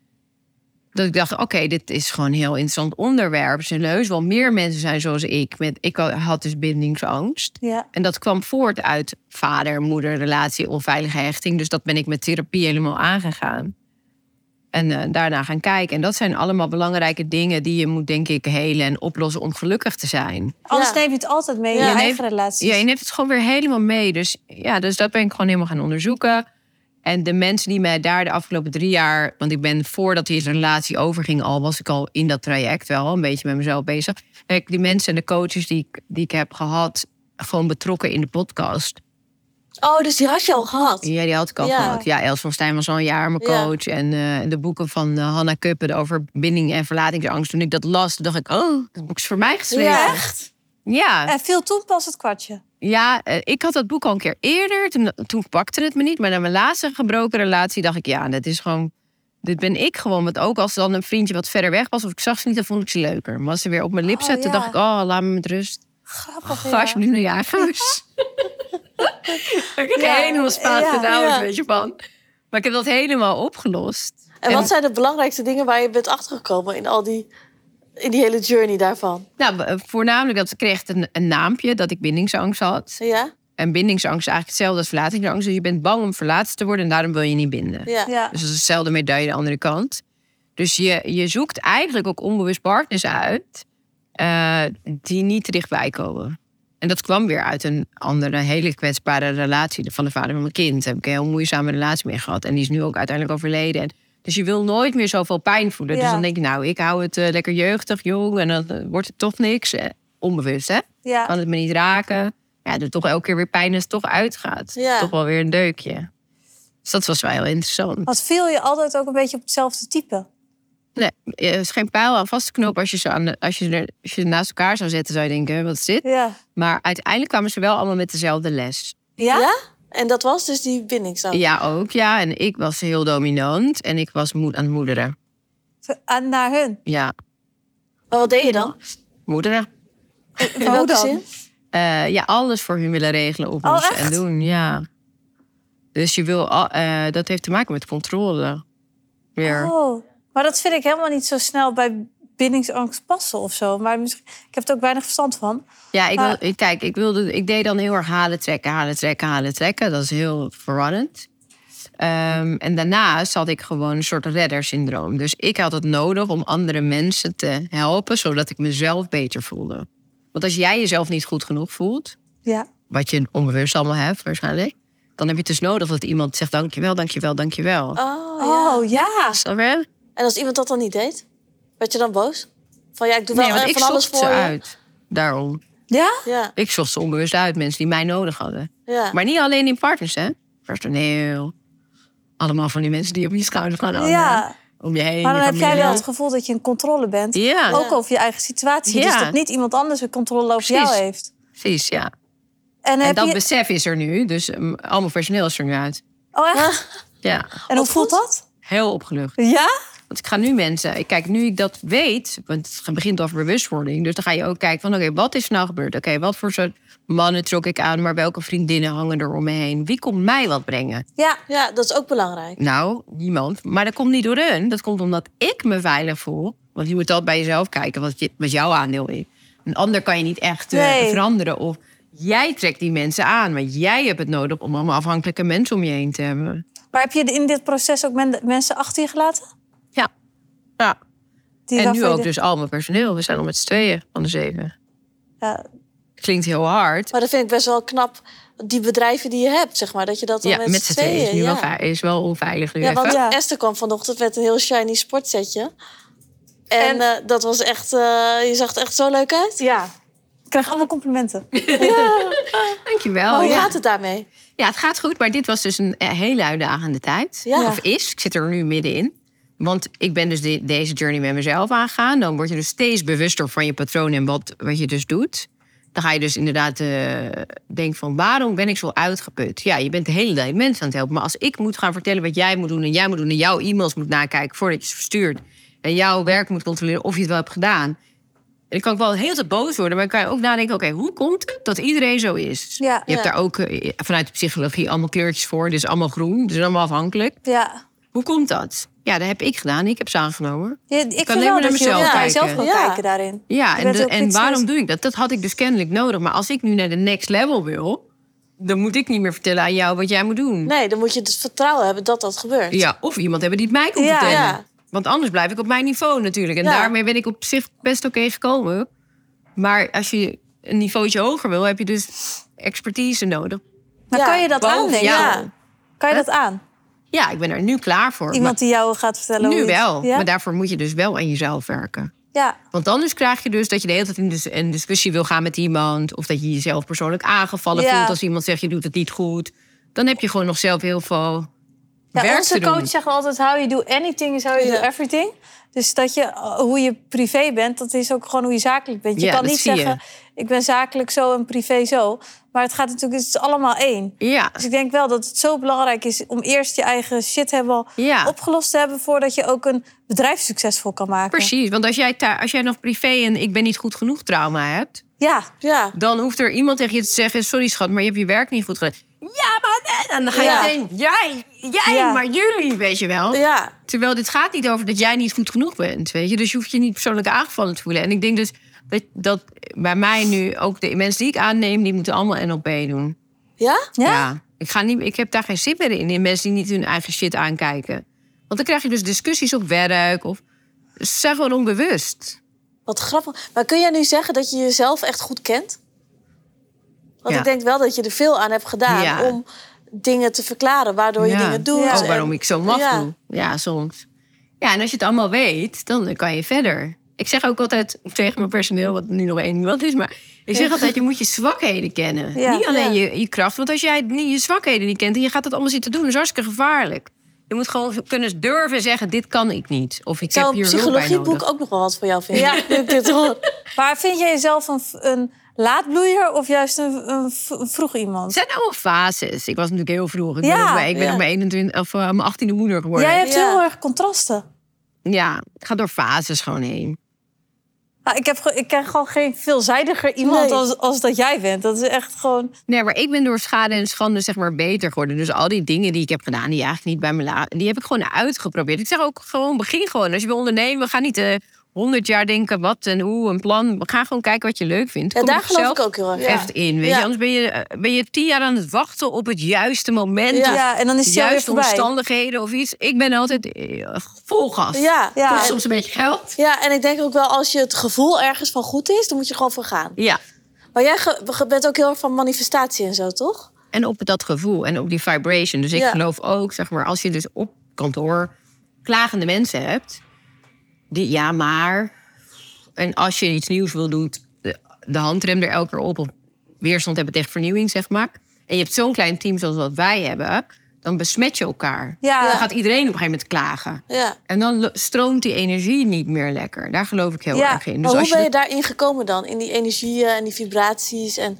Dat ik dacht, oké, okay, dit is gewoon een heel interessant onderwerp. Er zullen heus wel meer mensen zijn zoals ik. Met, ik had dus bindingsangst. Ja. En dat kwam voort uit vader, moeder, relatie, onveilige hechting. Dus dat ben ik met therapie helemaal aangegaan. En uh, daarna gaan kijken. En dat zijn allemaal belangrijke dingen die je moet, denk ik, helen en oplossen om gelukkig te zijn. Anders Ja. neem je het altijd mee in Ja, je je eigen neemt- relaties. Ja, je neemt het gewoon weer helemaal mee. Dus ja, dus dat ben ik gewoon helemaal gaan onderzoeken. En de mensen die mij daar de afgelopen drie jaar... want ik ben voordat die relatie overging al... was ik al in dat traject wel een beetje met mezelf bezig. Kijk, die mensen en de coaches die ik, die ik heb gehad... gewoon betrokken in de podcast. Oh, dus die had je al gehad? Ja, die had ik al Ja. gehad. Ja, Els van Stijn was al een jaar mijn Ja. coach. En uh, de boeken van uh, Hannah Kuppen over binding en verlatingsangst. Toen ik dat las, toen dacht ik... oh, dat boek is voor mij geschreven. Ja, echt? Ja. En viel toen pas het kwartje. Ja, eh, ik had dat boek al een keer eerder. Toen, toen pakte het me niet. Maar na mijn laatste gebroken relatie dacht ik... ja, dit is gewoon... dit ben ik gewoon. Want ook als dan een vriendje wat verder weg was... of ik zag ze niet, dan vond ik ze leuker. Maar als ze weer op mijn lip Oh, zette, ja. dacht ik... oh, laat me met rust. Grappig, Ga ja. alsjeblieft naar je eigen huis. Ik heb Ja, helemaal spaat ja, gedaan, ja. weet je van. Maar ik heb dat helemaal opgelost. En wat zijn de belangrijkste dingen waar je bent achtergekomen in al die, in die hele journey daarvan? Nou, eh, voornamelijk dat ik kreeg een, een naampje dat ik bindingsangst had. Ja? En bindingsangst is eigenlijk hetzelfde als verlatingsangst. Dus je bent bang om verlaten te worden en daarom wil je niet binden. Ja. Ja. Dus dat is hetzelfde medaille de andere kant. Dus je, je zoekt eigenlijk ook onbewust partners uit... Uh, die niet te dichtbij komen. En dat kwam weer uit een andere, hele kwetsbare relatie... van de vader van mijn kind. Daar heb ik een heel moeizame relatie mee gehad. En die is nu ook uiteindelijk overleden. En dus je wil nooit meer zoveel pijn voelen. Ja. Dus dan denk je, nou, ik hou het uh, lekker jeugdig, jong... en dan uh, wordt het toch niks. Uh, onbewust, hè? Ja. Kan het me niet raken. ja, het doet toch elke keer weer pijn als het toch uitgaat. Ja. Toch wel weer een deukje. Dus dat was wel heel interessant. Want viel je altijd ook een beetje op hetzelfde type? Nee, er is geen pijl aan vast te knopen. Als je ze, aan de, als je er, als je ze naast elkaar zou zetten, zou je denken, wat is dit? Ja. Maar uiteindelijk kwamen ze wel allemaal met dezelfde les. Ja? Ja? En dat was dus die bindingsangst. Ja, ook, ja. En ik was heel dominant en ik was moed aan het moederen. Aan, naar hun? Ja, Maar wat deed je dan? moederen. In Hoe welke dan? zin? Uh, ja, alles voor hun willen regelen, oplossen Oh, echt? en doen, ja. Dus je wil, al- uh, dat heeft te maken met controle. Weer. Oh, maar dat vind ik helemaal niet zo snel bij bindingsangst passen of zo. Maar misschien, ik heb er ook weinig verstand van. Ja, ik, Maar- wil, ik, kijk, ik, wilde, ik deed dan heel erg halen, trekken, halen, trekken, halen, trekken. Dat is heel verwarrend. Um, en daarnaast had ik gewoon een soort reddersyndroom. Dus ik had het nodig om andere mensen te helpen, zodat ik mezelf beter voelde. Want als jij jezelf niet goed genoeg voelt, Ja. wat je onbewust allemaal hebt waarschijnlijk, dan heb je het dus nodig dat iemand zegt dankjewel, dankjewel, dankjewel. Oh, ja. Oh, ja. Snap je? En als iemand dat dan niet deed? Werd je dan boos? Van ja, ik doe wel Nee, want eh, ik van alles zocht voor ze je. uit. Daarom. Ja? Ja, Ik zocht ze onbewust uit, mensen die mij nodig hadden. ja. Maar niet alleen in partners, hè? Personeel. Allemaal van die mensen die op je schouder gaan hangen. Ja. Om je heen. Maar dan je heb jij familie. wel het gevoel dat je in controle bent. Ja, Ook over je eigen situatie. Ja. Dus dat niet iemand anders een controle over Precies. jou heeft. precies, ja. En, En heb dat je... besef is er nu. Dus um, al mijn personeel is er nu uit. Oh, echt? Ja, En hoe Wat voelt goed. dat? heel opgelucht. Ja? Want ik ga nu mensen... ik Kijk, nu ik dat weet... Want het begint over bewustwording. Dus dan ga je ook kijken van... Oké, wat is er nou gebeurd? Oké, wat voor soort mannen trok ik aan? Maar welke vriendinnen hangen er om me heen? Wie komt mij wat brengen? Ja. Ja, dat is ook belangrijk. Nou, niemand. Maar dat komt niet door hun. Dat komt omdat ik me veilig voel. Want je moet altijd bij jezelf kijken wat, je, wat jouw aandeel is. Een ander kan je niet echt uh, Nee. veranderen. Of jij trekt die mensen aan. Maar jij hebt het nodig om allemaal afhankelijke mensen om je heen te hebben. Maar heb je in dit proces ook men- mensen achter je gelaten? Ja. ja. Die En nu waarvan je ook denkt- dus al mijn personeel. We zijn al met z'n tweeën van de zeven. Ja, Klinkt heel hard. Maar dat vind ik best wel knap, die bedrijven die je hebt, zeg maar. Dat je dat dan Ja, met, met z'n z'n tweeën is nu ja. wel, vei- is wel onveilig nu Ja, even. want Ja. Esther kwam vanochtend met een heel shiny sportsetje. En, En- eh, dat was echt, eh, je zag er echt zo leuk uit. ja. Ik krijg allemaal complimenten. Dankjewel. Hoe ja. gaat het daarmee? Ja, het gaat goed, maar dit was dus een eh, hele uitdagende tijd. Ja. Of is, ik zit er nu middenin. Want ik ben dus de- deze journey met mezelf aangegaan. Dan word je dus steeds bewuster van je patroon en wat, wat je dus doet. Dan ga je dus inderdaad uh, denken van... waarom ben ik zo uitgeput? Ja, je bent de hele tijd mensen aan het helpen. Maar als ik moet gaan vertellen wat jij moet doen... en jij moet doen en jouw e-mails moet nakijken voordat je ze verstuurt... en jouw werk moet controleren of je het wel hebt gedaan... en dan kan ik wel heel te boos worden... maar dan kan je ook nadenken, oké, hoe komt het dat iedereen zo is? Ja. Je hebt Ja. daar ook uh, vanuit de psychologie allemaal kleurtjes voor. Dit is allemaal groen, dus allemaal afhankelijk. Ja. Hoe komt dat? Ja, dat heb ik gedaan. Ik heb ze aangenomen. Je, ik vind alleen wel maar naar dat je mezelf naar kijken. jezelf kan Ja. kijken daarin. Ja, Je en, bent de- ook en niet waarom zo- doe ik dat? Dat had ik dus kennelijk nodig. Maar als ik nu naar de next level wil... dan moet ik niet meer vertellen aan jou wat jij moet doen. Nee, dan moet je dus vertrouwen hebben dat dat gebeurt. Ja, of iemand hebben die het mij kan Ja. vertellen. Ja. Want anders blijf ik op mijn niveau natuurlijk. En Ja. daarmee ben ik op zich best oké gekomen. Maar als je een niveautje hoger wil... heb je dus expertise nodig. Maar Ja, kan je dat boven aan, denk je? jou. Ja. Kan je dat aan? Ja, ik ben er nu klaar voor. Iemand die jou gaat vertellen maar, hoe nu je het- wel. Ja? Maar daarvoor moet je dus wel aan jezelf werken. Ja. Want anders krijg je dus dat je de hele tijd in dis- een discussie wil gaan met iemand... of dat je jezelf persoonlijk aangevallen Ja. voelt als iemand zegt je doet het niet goed. Dan heb je gewoon nog zelf heel veel Ja, werk onze te doen. coach zegt altijd, how you do anything is how you Ja. do everything. Dus dat je, uh, hoe je privé bent, dat is ook gewoon hoe je zakelijk bent. Je Ja, kan dat niet zie je. zeggen, ik ben zakelijk zo en privé zo. Maar het gaat natuurlijk, het is allemaal één. Ja, Dus ik denk wel dat het zo belangrijk is om eerst je eigen shit helemaal Ja. opgelost te hebben... voordat je ook een bedrijf succesvol kan maken. precies. Want als jij, tha- als jij nog privé en ik ben niet goed genoeg trauma hebt... Ja, Ja. dan hoeft er iemand tegen je te zeggen... sorry schat, maar je hebt je werk niet goed gedaan. Ja, maar en dan ga je Ja. meteen... Jij, jij, Ja. maar jullie, weet je wel. Ja. Terwijl dit gaat niet over dat jij niet goed genoeg bent, weet je. Dus je hoeft je niet persoonlijk aangevallen te voelen. En ik denk dus dat, dat bij mij nu ook de mensen die ik aanneem... die moeten allemaal N L P doen. Ja? ja? Ik, ga niet, ik heb daar geen zin meer in, in mensen die niet hun eigen shit aankijken. Want dan krijg je dus discussies op werk of... Ze zijn gewoon onbewust. Wat grappig. Maar kun jij nu zeggen dat je jezelf echt goed kent? Want Ja. ik denk wel dat je er veel aan hebt gedaan Ja. om dingen te verklaren, waardoor je Ja. dingen doet. Ja. Ook waarom en- ik zo maf Ja. doe. Ja, soms. Ja, en als je het allemaal weet, dan kan je verder. Ik zeg ook altijd tegen mijn personeel, wat nu nog één iemand is... maar Ik zeg altijd, je moet je zwakheden kennen. Ja. Niet alleen Ja. je, je kracht. Want als jij niet je zwakheden niet kent... en je gaat het allemaal zitten doen, dat is hartstikke gevaarlijk. Je moet gewoon kunnen durven zeggen, dit kan ik niet. Of ik Ik zou heb een hier hulp bij psychologieboek nodig. ook nog wel wat voor jou vinden. Ja. Nu ik dit hoor. Maar vind jij jezelf een, een laatbloeier of juist een, een, v- een vroeg iemand? Het zijn allemaal fases. Ik was natuurlijk heel vroeg. Ik Ja. ben, op, ik ben Ja. op mijn eenentwintigste of uh, mijn achttiende moeder geworden. Jij hebt Ja. heel erg contrasten. Ja, ik ga door fases gewoon heen. Ah, ik, heb, ge- ik ken gewoon geen veelzijdiger iemand Nee. als, als dat jij bent. Dat is echt gewoon... Nee, maar ik ben door schade en schande zeg maar beter geworden. Dus al die dingen die ik heb gedaan, die eigenlijk niet bij me lagen, die heb ik gewoon uitgeprobeerd. Ik zeg ook gewoon, begin gewoon. Als je wil ondernemen, ga niet uh, honderd jaar denken wat en hoe, een plan. Ga gewoon kijken wat je leuk vindt. Ja, Kom daar er geloof zelf ik ook heel erg. Ja. echt in. Weet Ja. je? Anders ben je, uh, ben je tien jaar aan het wachten op het juiste moment. Ja. Of Ja, en dan is het de alweer juiste voorbij. omstandigheden of iets. Ik ben altijd uh, vol gas. Ja. Ja. Kost En, soms een beetje geld. ja, en ik denk ook wel, als je het gevoel ergens van goed is, dan moet je er gewoon voor gaan. Ja. Maar jij ge- ge- bent ook heel erg van manifestatie en zo, toch? En op dat gevoel en op die vibration. Dus ik Ja. geloof ook, zeg maar, als je dus op kantoor klagende mensen hebt, die ja, maar. En als je iets nieuws wil doen, de, de handrem er elke keer op, of weerstand hebben tegen vernieuwing, zeg maar. En je hebt zo'n klein team zoals wat wij hebben, dan besmet je elkaar. Ja. Dan gaat iedereen op een gegeven moment klagen. Ja. En dan lo- stroomt die energie niet meer lekker. Daar geloof ik heel Ja, erg in. Dus Maar hoe als je ben je dat, daarin gekomen dan? In die energieën en die vibraties? En...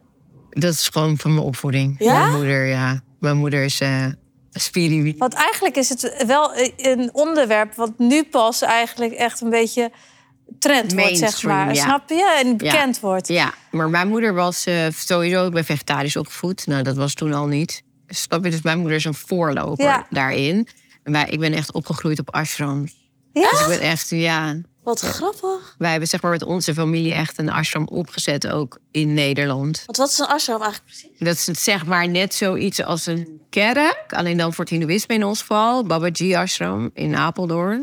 dat is gewoon van mijn opvoeding. Ja? Mijn moeder, ja. Mijn moeder is uh, spiriwiri. Want eigenlijk is het wel een onderwerp wat nu pas eigenlijk echt een beetje trend wordt, zeg Mainstream, maar. ja. Snap je? En bekend wordt. Ja, maar mijn moeder was uh, sowieso, ik ben vegetarisch opgevoed. Nou, dat was toen al niet. Snap je? Dus mijn moeder is een voorloper Ja. daarin. En wij, ik ben echt opgegroeid op ashrams. Ja? Dus ik ben echt, ja... Wat grappig. Wij hebben zeg maar met onze familie echt een ashram opgezet, ook in Nederland. Want wat is een ashram eigenlijk precies? Dat is zeg maar net zoiets als een kerk. Alleen dan voor het hindoeïsme in ons geval. Babaji Ashram in Apeldoorn.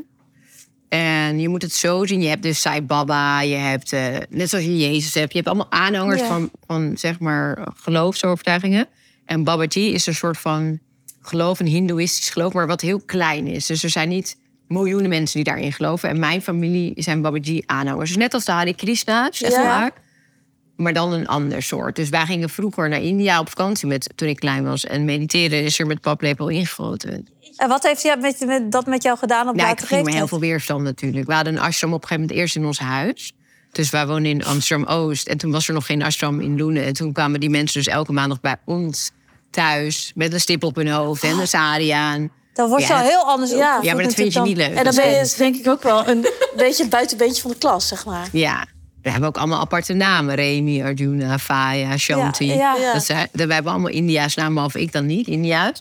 En je moet het zo zien. Je hebt dus Sai Baba. Je hebt, uh, net zoals je Jezus hebt. Je hebt allemaal aanhangers Ja. van, van zeg maar geloofsovertuigingen. En Babaji is een soort van geloof, een hindoeïstisch geloof, maar wat heel klein is. Dus er zijn niet miljoenen mensen die daarin geloven. En mijn familie zijn Babaji-aanhangers. Dus net als de Hare Krishna's, zeg Ja. maar. Maar dan een ander soort. Dus wij gingen vroeger naar India op vakantie met, toen ik klein was. En mediteren is er met paplepel ingegoten. En wat heeft hij met, met, dat met jou gedaan op Nou, ik latere ging me heel leeftijd? veel weerstand natuurlijk. We hadden een ashram op een gegeven moment eerst in ons huis. Dus wij woonden in Amsterdam-Oost. En toen was er nog geen ashram in Loenen. En toen kwamen die mensen dus elke maand nog bij ons thuis. Met een stip op hun hoofd en een sari aan. Dan word je Ja. al heel anders Ja. opgevoed Ja, maar dat vind je natuurlijk niet leuk. En dan Dat ben je is- denk ik ook wel een beetje het buitenbeentje van de klas, zeg maar. Ja, we hebben ook allemaal aparte namen. Remy, Arjuna, Faya, Shanti. Ja, ja. Ja. Dat zijn, we hebben allemaal India's namen, behalve ik dan niet, India's.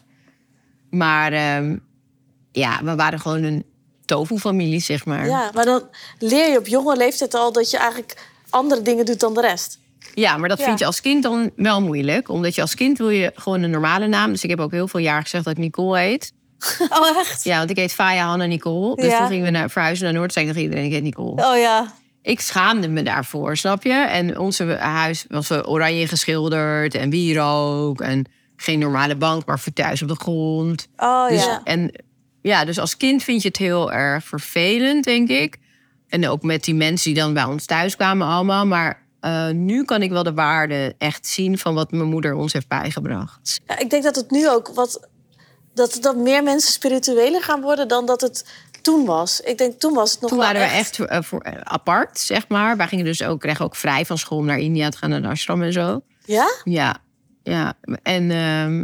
Maar ehm, ja, we waren gewoon een tofu-familie, zeg maar. Ja, maar dan leer je op jonge leeftijd al dat je eigenlijk andere dingen doet dan de rest. Ja, maar dat Ja. vind je als kind dan wel moeilijk. Omdat je als kind wil je gewoon een normale naam. Dus ik heb ook heel veel jaar gezegd dat ik Nicole heet. Oh, echt? Ja, want ik heet Faya, Hanna, Nicole. Dus Ja. toen gingen we naar, verhuizen naar Noord. Zei ik tegen iedereen, ik heet Nicole. Oh ja. Ik schaamde me daarvoor, snap je? En onze huis was oranje geschilderd en wierook. En geen normale bank, maar voor thuis op de grond. Oh Dus, ja. en, ja, dus als kind vind je het heel erg vervelend, denk ik. En ook met die mensen die dan bij ons thuis kwamen allemaal. Maar uh, nu kan ik wel de waarde echt zien van wat mijn moeder ons heeft bijgebracht. Ja, ik denk dat het nu ook wat... Dat, dat meer mensen spiritueler gaan worden dan dat het toen was. Ik denk toen was het nog Toen wel waren we echt... echt uh, voor, uh, apart, zeg maar. Wij gingen dus ook, kregen ook vrij van school om naar India te gaan, naar de ashram en zo. Ja? Ja, ja. En ehm,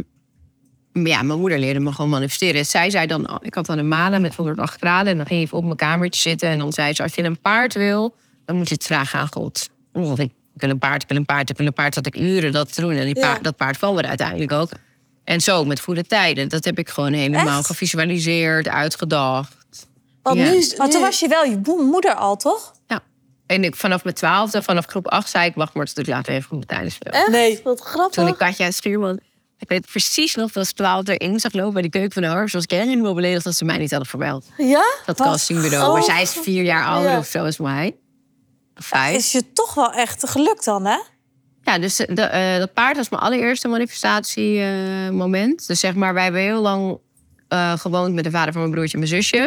ja, mijn moeder leerde me gewoon manifesteren. Zij zei dan, ik had dan een mala met honderdacht graden. En dan ging je even op mijn kamertje zitten. En dan zei ze, als je een paard wil, dan moet je het vragen aan God. Want ik wil een paard, ik wil een paard, ik wil een paard. Zat ik uren dat te doen. En die Ja. paard, dat paard kwam er uiteindelijk ook. En zo met goede tijden. Dat heb ik gewoon helemaal Echt? gevisualiseerd, uitgedacht. Want Ja. nu, Maar nu- toen was je wel je bo- moeder al, toch? Ja. En ik, vanaf mijn twaalfde, vanaf groep acht, zei ik, wacht maar tot ik later even goede tijden speel. Echt? Nee. Wat grappig. Toen ik Katja Schuurman... Ik weet precies nog dat ze twaalf erin zag lopen bij de keuken van de Harp. Zoals ik helemaal beledigd dat ze mij niet hadden verbeld. Ja? Dat Wat castingbureau. Maar zij is grappig. vier jaar ouder Ja. of zo als mij. Vijf. Is je toch wel echt gelukt dan, hè? Ja, dus de, eh, dat paard was mijn allereerste manifestatiemoment. dus zeg maar, wij hebben heel lang eh, gewoond met de vader van mijn broertje en mijn zusje.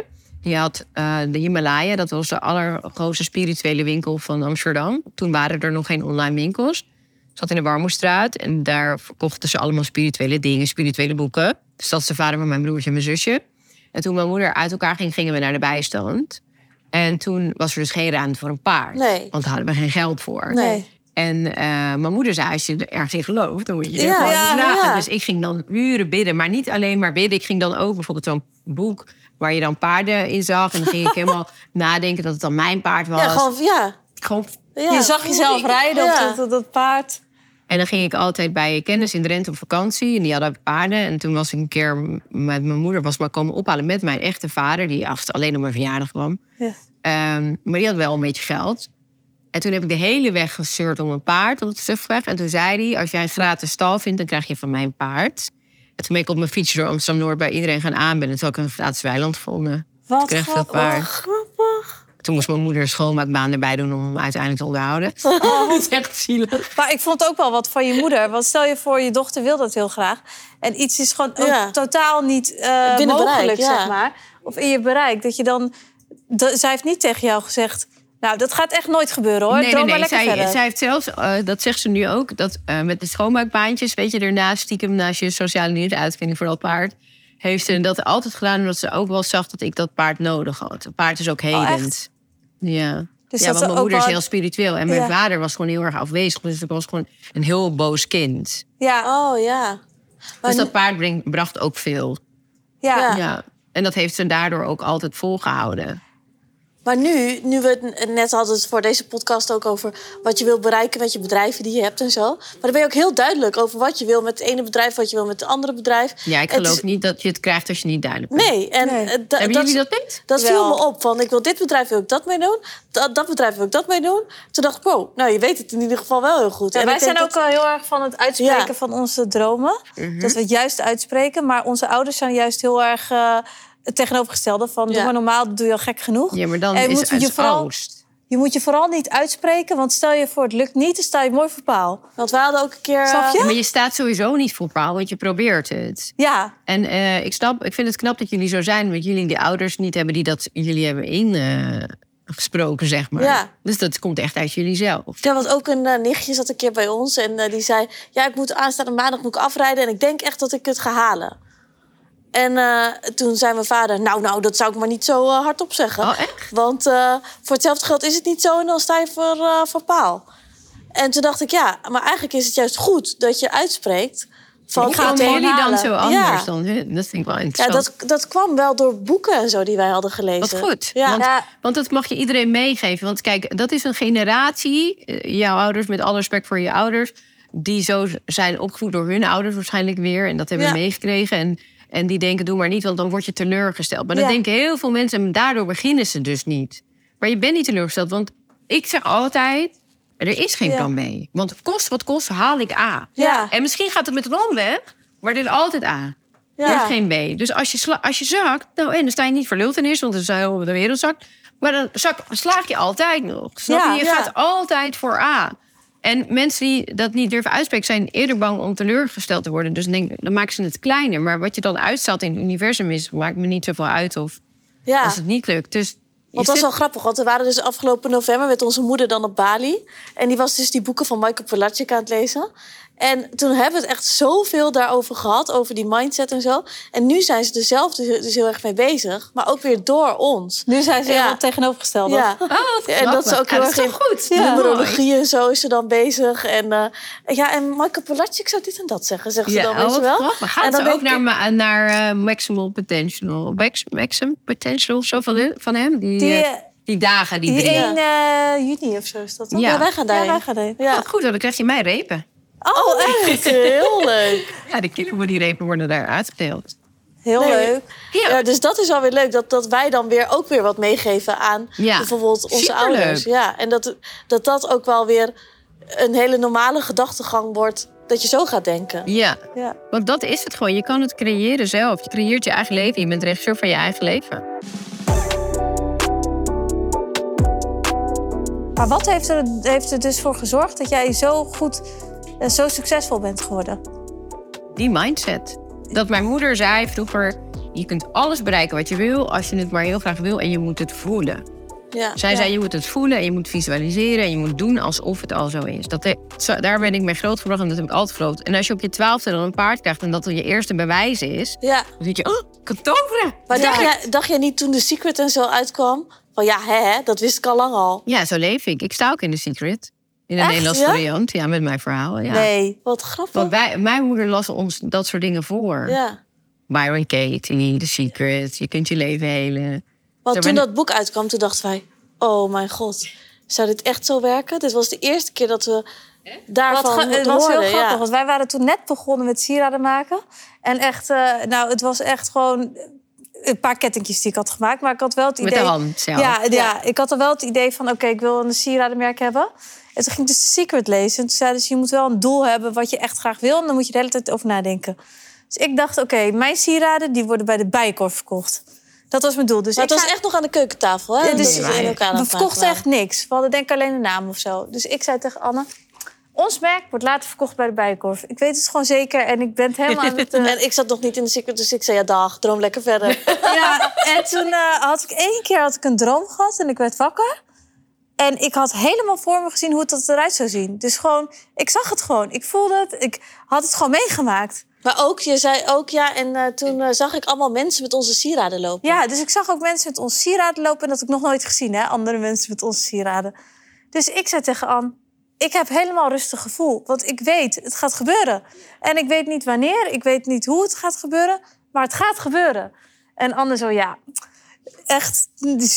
Die had uh, de Himalaya. Dat was de allergrootste spirituele winkel van Amsterdam. Toen waren er nog geen online winkels. Zat in de Warmoestraat. En daar verkochten ze allemaal spirituele dingen, spirituele boeken. Dus dat is de vader van mijn broertje en mijn zusje. En toen mijn moeder uit elkaar ging, gingen we naar de bijstand. En toen was er dus geen ruimte voor een paard. Nee. Want daar hadden we geen geld voor. Nee. En uh, mijn moeder zei, als je er ergens in gelooft, dan moet je er Ja, gewoon ja, eens nagaan. ja. Dus ik ging dan uren bidden. Maar niet alleen maar bidden. Ik ging dan ook bijvoorbeeld zo'n boek waar je dan paarden in zag. En dan ging ik helemaal nadenken dat het dan mijn paard was. Ja, gewoon, ja. Gewoon ja. Je zag jezelf rijden Ja. op dat, dat paard. En dan ging ik altijd bij kennis in Drenthe op vakantie. En die hadden paarden. En toen was ik een keer met mijn moeder was maar komen ophalen met mijn echte vader. Die af alleen op mijn verjaardag kwam. Ja. Um, maar die had wel een beetje geld. En toen heb ik de hele weg gezeurd om een paard op de terugweg. En toen zei hij, als jij een gratis stal vindt, dan krijg je van mij een paard. En toen ben ik op mijn fiets door Amsterdam-Noord bij iedereen gaan aanbieden. Toen had ik een gratis weiland gevonden. Wat Toen kreeg ik dat grappig. paard. Oh, grappig. Toen moest mijn moeder een schoonmaakbaan erbij doen om hem uiteindelijk te onderhouden. Dat is echt zielig. Maar ik vond ook wel wat van je moeder. Want stel je voor, je dochter wil dat heel graag. En iets is gewoon ook Ja. totaal niet uh, Binnen mogelijk, bereik, ja. zeg maar. Of in je bereik. Dat je dan... De, zij heeft niet tegen jou gezegd... Nou, dat gaat echt nooit gebeuren, hoor. Nee, nee, Droom maar nee. lekker Zij, verder. zij heeft zelfs, uh, dat zegt ze nu ook, dat uh, met de schoonmaakbaantjes, weet je, daarnaast stiekem naast je sociale nieuwsuitvinding voor dat paard, heeft ze dat altijd gedaan omdat ze ook wel zag dat ik dat paard nodig had. Het paard is ook helend. echt? Ja. Dus ja, dat want ze mijn ook moeder is wel- heel spiritueel. En mijn Ja. vader was gewoon heel erg afwezig. Dus ik was gewoon een heel boos kind. Ja, Oh, ja. Maar Dus dat paard brengt, bracht ook veel. ja. Ja. Ja. En dat heeft ze daardoor ook altijd volgehouden. Maar nu, nu we het net hadden het voor deze podcast ook over wat je wil bereiken met je bedrijven die je hebt en zo. Maar dan ben je ook heel duidelijk over wat je wil met het ene bedrijf, wat je wil met het andere bedrijf. Ja, ik Het geloof is- niet dat je het krijgt als je niet duidelijk bent. Nee, en Nee. eh, da- Hebben jullie dat niet? Dat Wel. viel me op, van ik wil dit bedrijf wil ik dat mee doen, dat, dat bedrijf wil ik dat mee doen. Toen dacht ik, wow, nou je weet het in ieder geval wel heel goed. Ja, En wij ik denk zijn ook dat- wel heel erg van het uitspreken Ja. van onze dromen. Dat we het juist uitspreken. Maar onze ouders zijn juist heel erg uh, het tegenovergestelde. Van, doe Ja. maar normaal, dat doe je al gek genoeg. Ja, maar dan En is moet het je vooral- angst. Je moet je vooral niet uitspreken. Want stel je voor, het lukt niet, dan sta je mooi voor paal. Want wij hadden ook een keer... Snap je? eh, Maar je staat sowieso niet voor paal, want je probeert het. Ja, En uh, ik, snap, ik vind het knap dat jullie zo zijn, want jullie die ouders niet hebben die dat jullie hebben ingesproken, zeg maar. Ja. Dus dat komt echt uit jullie zelf. Ja, want ook een uh, nichtje zat een keer bij ons en uh, die zei... ja, ik moet aanstaande maandag moet ik afrijden en ik denk echt dat ik het ga halen. En uh, toen zei mijn vader, nou, nou, dat zou ik maar niet zo uh, hardop zeggen. Oh, echt? Want uh, voor hetzelfde geld is het niet zo en dan sta je voor, uh, voor paal. En toen dacht ik, ja, maar eigenlijk is het juist goed dat je uitspreekt... van Hoe ik ga het komen gewoon jullie dan halen. zo anders Ja. dan hun? Dat vind ik wel Ja, interessant. dat, dat kwam wel door boeken en zo die wij hadden gelezen. Wat goed. Ja. Want, Ja. want dat mag je iedereen meegeven. Want kijk, dat is een generatie, eh, jouw ouders, met alle respect voor je ouders, die zo zijn opgevoed door hun ouders waarschijnlijk weer. En dat hebben Ja. meegekregen. En, en die denken, doe maar niet, want dan word je teleurgesteld. Maar dat Ja. denken heel veel mensen en daardoor beginnen ze dus niet. Maar je bent niet teleurgesteld, want ik zeg altijd, er is geen Ja. plan B. Want kost wat kost, haal ik A. Ja. En misschien gaat het met een omweg, maar er is altijd A. Ja. Er is geen B. Dus als je, sla- als je zakt, nou, en dan sta je niet voor lul ten eerste, want dan sta je over de wereld zakt. Maar dan zak, slaag je altijd nog. Snap je? Ja, Je ja. gaat altijd voor A. En mensen die dat niet durven uitspreken, zijn eerder bang om teleurgesteld te worden. Dus dan, denk, dan maken ze het kleiner. Maar wat je dan uitstelt in het universum is, maakt me niet zoveel uit of Ja. als het niet lukt. Dus Want dat was wel grappig, want we waren dus afgelopen november met onze moeder dan op Bali. En die was dus die boeken van Michael Pilatschik aan het lezen. En toen hebben we het echt zoveel daarover gehad, over die mindset en zo. En nu zijn ze er zelf dus dus heel erg mee bezig, maar ook weer door ons. nu zijn ze Ja. helemaal tegenovergestelde. Ja, Oh, wat Ja, en dat is ook grappig. heel Ja, erg dat in is toch goed? Ja. numerologie en zo is ze dan bezig. En, uh, ja, en Michael Pilatschik zou dit en dat zeggen, zegt ze Ja, dan, oh, weet je wat wel. grappig. Gaat En dan ze ook denk ik- naar, ma- naar uh, Maximal Potential? Max, maximum Potential, zo van, hem- van hem? Die, Die, eh, die dagen, die Die drie. één uh, juni of zo is dat toch? Ja. Ja, wij gaan daarheen. Ja, wij gaan daarheen. Ja. Oh, goed, dan krijg je mij repen. Oh, echt? Heel leuk. Ja, de kinderen die repen worden daar uitgedeeld. Heel Nee. leuk. Ja. Ja, dus dat is alweer leuk. Dat, dat wij dan weer ook weer wat meegeven aan Ja. bijvoorbeeld onze Superleuk. ouders. Ja, en dat, dat dat ook wel weer een hele normale gedachtegang wordt. Dat je zo gaat denken. Ja, Ja. want dat is het gewoon. Je kan het creëren zelf. Je creëert je eigen leven. Je bent regisseur van je eigen leven. Maar wat heeft er, heeft er dus voor gezorgd dat jij zo goed en zo succesvol bent geworden? Die mindset. Dat mijn moeder zei vroeger, je kunt alles bereiken wat je wil... als je het maar heel graag wil en je moet het voelen. Ja. Zij ja. zei, je moet het voelen en je moet visualiseren... en je moet doen alsof het al zo is. Dat, he- daar ben ik mee grootgebracht en dat heb ik altijd geloofd. En als je op je twaalfde dan een paard krijgt... en dat je eerste bewijs is... Ja. dan denk je, oh, ik kan toveren. Maar Ja. dacht jij, dacht jij niet toen The Secret en zo uitkwam... van ja, hè, hè, dat wist ik al lang al. Ja, zo leef ik. Ik sta ook in The Secret. In een Echt, Nederlandse ja? variant. Ja, met mijn verhaal. Ja. Nee. Wat grappig. Want wij, mijn moeder las ons dat soort dingen voor. Ja. Byron Katie, The Secret. Je kunt je leven helen. Want Daar toen ben dat boek uitkwam, toen dachten wij... oh mijn god, zou dit echt zo werken? Dit was de eerste keer dat we daarvan Wat ge- het was hoorden. heel grappig, Ja. want wij waren toen net begonnen met sieraden maken. En echt, uh, nou, het was echt gewoon een paar kettingjes die ik had gemaakt. Maar ik had wel het idee... Met de hand zelf. Ja, ja. Ja. ik had er wel het idee van, oké, okay, ik wil een sieradenmerk hebben. En toen ging ik dus The Secret lezen. En toen zeiden ze, je moet wel een doel hebben wat je echt graag wil. En dan moet je de hele tijd over nadenken. Dus ik dacht, oké, okay, mijn sieraden die worden bij de Bijenkorf verkocht. Dat was mijn doel. Dus Maar ik het was zei- echt nog aan de keukentafel, hè? Ja, dus Dat we in elkaar aan we het verkochten praten echt niks. We hadden denk ik alleen de naam of zo. Dus ik zei tegen Anne... ons merk wordt later verkocht bij de Bijenkorf. Ik weet het gewoon zeker en ik ben het helemaal aan het... waren. uh, En ik zat nog niet in The Secret, dus ik zei ja, dag, droom lekker verder. ja, en toen uh, had ik één keer had ik een droom gehad en ik werd wakker. En ik had helemaal voor me gezien hoe het er eruit zou zien. Dus gewoon, ik zag het gewoon. Ik voelde het. Ik had het gewoon meegemaakt. Maar ook, je zei ook ja, en uh, toen uh, zag ik allemaal mensen met onze sieraden lopen. Ja, dus ik zag ook mensen met onze sieraden lopen. En dat had ik nog nooit gezien, hè? Andere mensen met onze sieraden. Dus ik zei tegen Anne, ik heb helemaal rustig gevoel. Want ik weet, het gaat gebeuren. En ik weet niet wanneer, ik weet niet hoe het gaat gebeuren. Maar het gaat gebeuren. En Anne zo, ja, echt,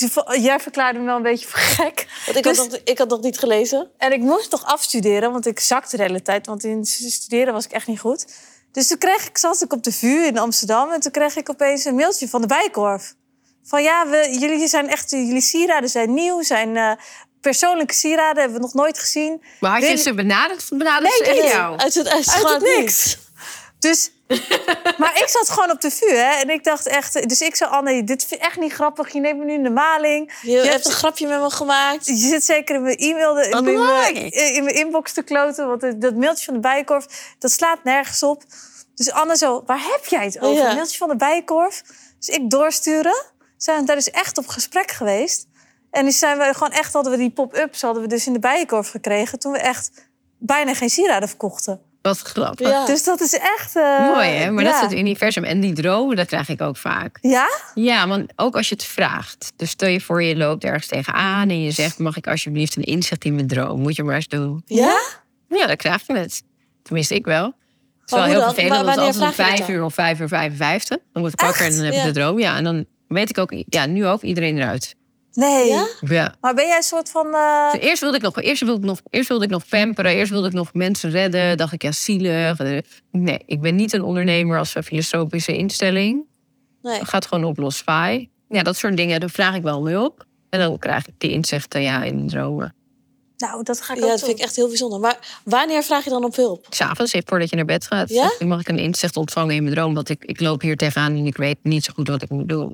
jij verklaarde me wel een beetje voor gek. Want ik, Dus- had nog, ik had nog niet gelezen. En ik moest toch afstuderen, want ik zakte de hele tijd. Want in studeren was ik echt niet goed. Dus toen kreeg ik, zat ik op de V U in Amsterdam... en toen kreeg ik opeens een mailtje van de Bijenkorf. Van ja, we, jullie zijn echt, jullie sieraden zijn nieuw, zijn uh, persoonlijke sieraden, hebben we nog nooit gezien. Maar had je Wil- ze benaderd? benaderd Nee, ze niet. jou? Uit het, uit het, Uit gewoon het niks. Dus, maar ik zat gewoon op de V U, hè. En ik dacht echt... Dus ik zei, Anne, dit vind ik echt niet grappig. Je neemt me nu in de maling. Je, hebt een grapje met me gemaakt. Je zit zeker in mijn e-mail, in Wat mijn, mooi. in mijn inbox te kloten. Want het- dat mailtje van de Bijenkorf, dat slaat nergens op. Dus Anne zo, waar heb jij het over? Ja. Een mailtje van de Bijenkorf. Dus ik doorsturen. Zijn we daar dus echt op gesprek geweest. En die zijn we gewoon echt, hadden we die pop-ups hadden we dus in de Bijenkorf gekregen. Toen we echt bijna geen sieraden verkochten. Wat grappig. Ja. Dus dat is echt... uh, Mooi, hè? Maar dat ja. is het universum. En die dromen, dat krijg ik ook vaak. Ja? Ja, want ook als je het vraagt. Dus stel je voor, je loopt ergens tegenaan en je zegt... mag ik alsjeblieft een inzicht in mijn droom? Moet je maar eens doen. Ja? Ja, dan krijg je het. Tenminste, ik wel. Het is Maar wel hoe heel dan? vervelend, Wa- want wanneer altijd om vraag je dat vijf dan? uur of vijf uur vijfenvijftig. Dan word ik wakker en dan heb ik Ja. de droom. Ja, en dan weet ik ook, ja, nu ook, iedereen eruit. Nee. Ja? Ja. Maar ben jij een soort van... uh, Eerst wilde ik nog, eerst wilde ik nog, eerst wilde ik nog pamperen, eerst wilde ik nog mensen redden. Dacht ik, ja, zielig. Nee, ik ben niet een ondernemer als een filosofische instelling. Nee. Het gaat gewoon op los vaai. Ja, dat soort dingen, daar vraag ik wel om hulp. En dan krijg ik die inzichten, ja, in de dromen. Nou, dat ga ik Ja, ook dat doen. vind ik echt heel bijzonder. Maar wanneer vraag je dan op hulp? S'avonds, even voordat je naar bed gaat, Ja? dan mag ik een inzicht ontvangen in mijn droom. Want ik, ik loop hier tegenaan en ik weet niet zo goed wat ik moet doen.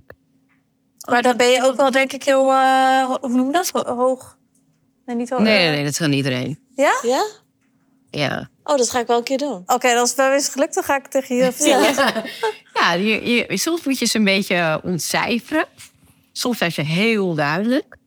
Maar dan ben je ook wel, denk ik, heel... uh, hoe noem je dat? Ho- hoog? Nee, niet hoog. Nee, uh, nee, nee, dat kan iedereen. Ja? Ja? Ja. Oh, dat ga ik wel een keer doen. Oké, okay, als het bij mij is gelukt, dan ga ik het tegen je vertellen. Ja, je, je, soms moet je ze een beetje ontcijferen. Soms zijn ze heel duidelijk.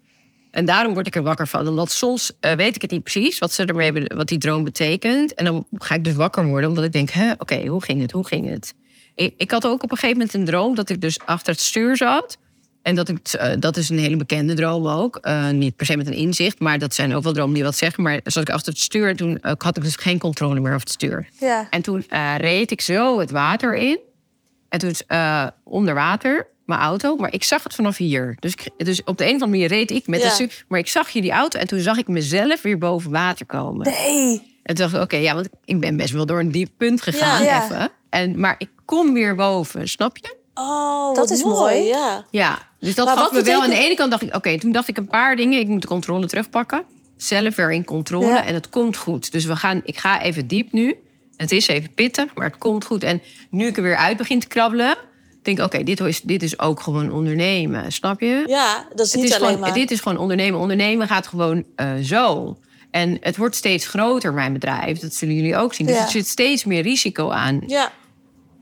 En daarom word ik er wakker van. Omdat soms uh, weet ik het niet precies wat, ze ermee, be- wat die droom betekent. En dan ga ik dus wakker worden. Omdat ik denk, oké, okay, hoe ging het? Hoe ging het? Ik, ik had ook op een gegeven moment een droom dat ik dus achter het stuur zat. En dat, ik, uh, dat is een hele bekende droom ook. Uh, niet per se met een inzicht, maar dat zijn ook wel dromen die wat zeggen. Maar zat ik achter het stuur en toen uh, had ik dus geen controle meer over het stuur. Ja. En toen uh, reed ik zo het water in. En toen uh, onder water, mijn auto. Maar ik zag het vanaf hier. Dus, ik, dus op de een of andere manier reed ik met Ja. het stuur. Maar ik zag je die auto en toen zag ik mezelf weer boven water komen. Nee. En toen dacht ik, oké, okay, ja, want ik ben best wel door een diep punt gegaan Ja. even. En, maar ik kom weer boven, snap je? Oh, Dat wat is mooi. mooi. Ja. Ja, dus dat Maar gaf wat me wel. betekent- Aan de ene kant dacht ik, oké, okay, toen dacht ik een paar dingen. Ik moet de controle terugpakken. Zelf weer in controle. Ja. En het komt goed. Dus we gaan, ik ga even diep nu. Het is even pittig, maar het komt goed. En nu ik er weer uit begin te krabbelen, denk ik, oké, okay, dit, is, dit is ook gewoon ondernemen. Snap je? Ja, dat is Het niet is alleen gewoon, maar... dit is gewoon ondernemen. Ondernemen gaat gewoon uh, zo. En het wordt steeds groter, mijn bedrijf. Dat zullen jullie ook zien. Dus Ja. er zit steeds meer risico aan. Ja.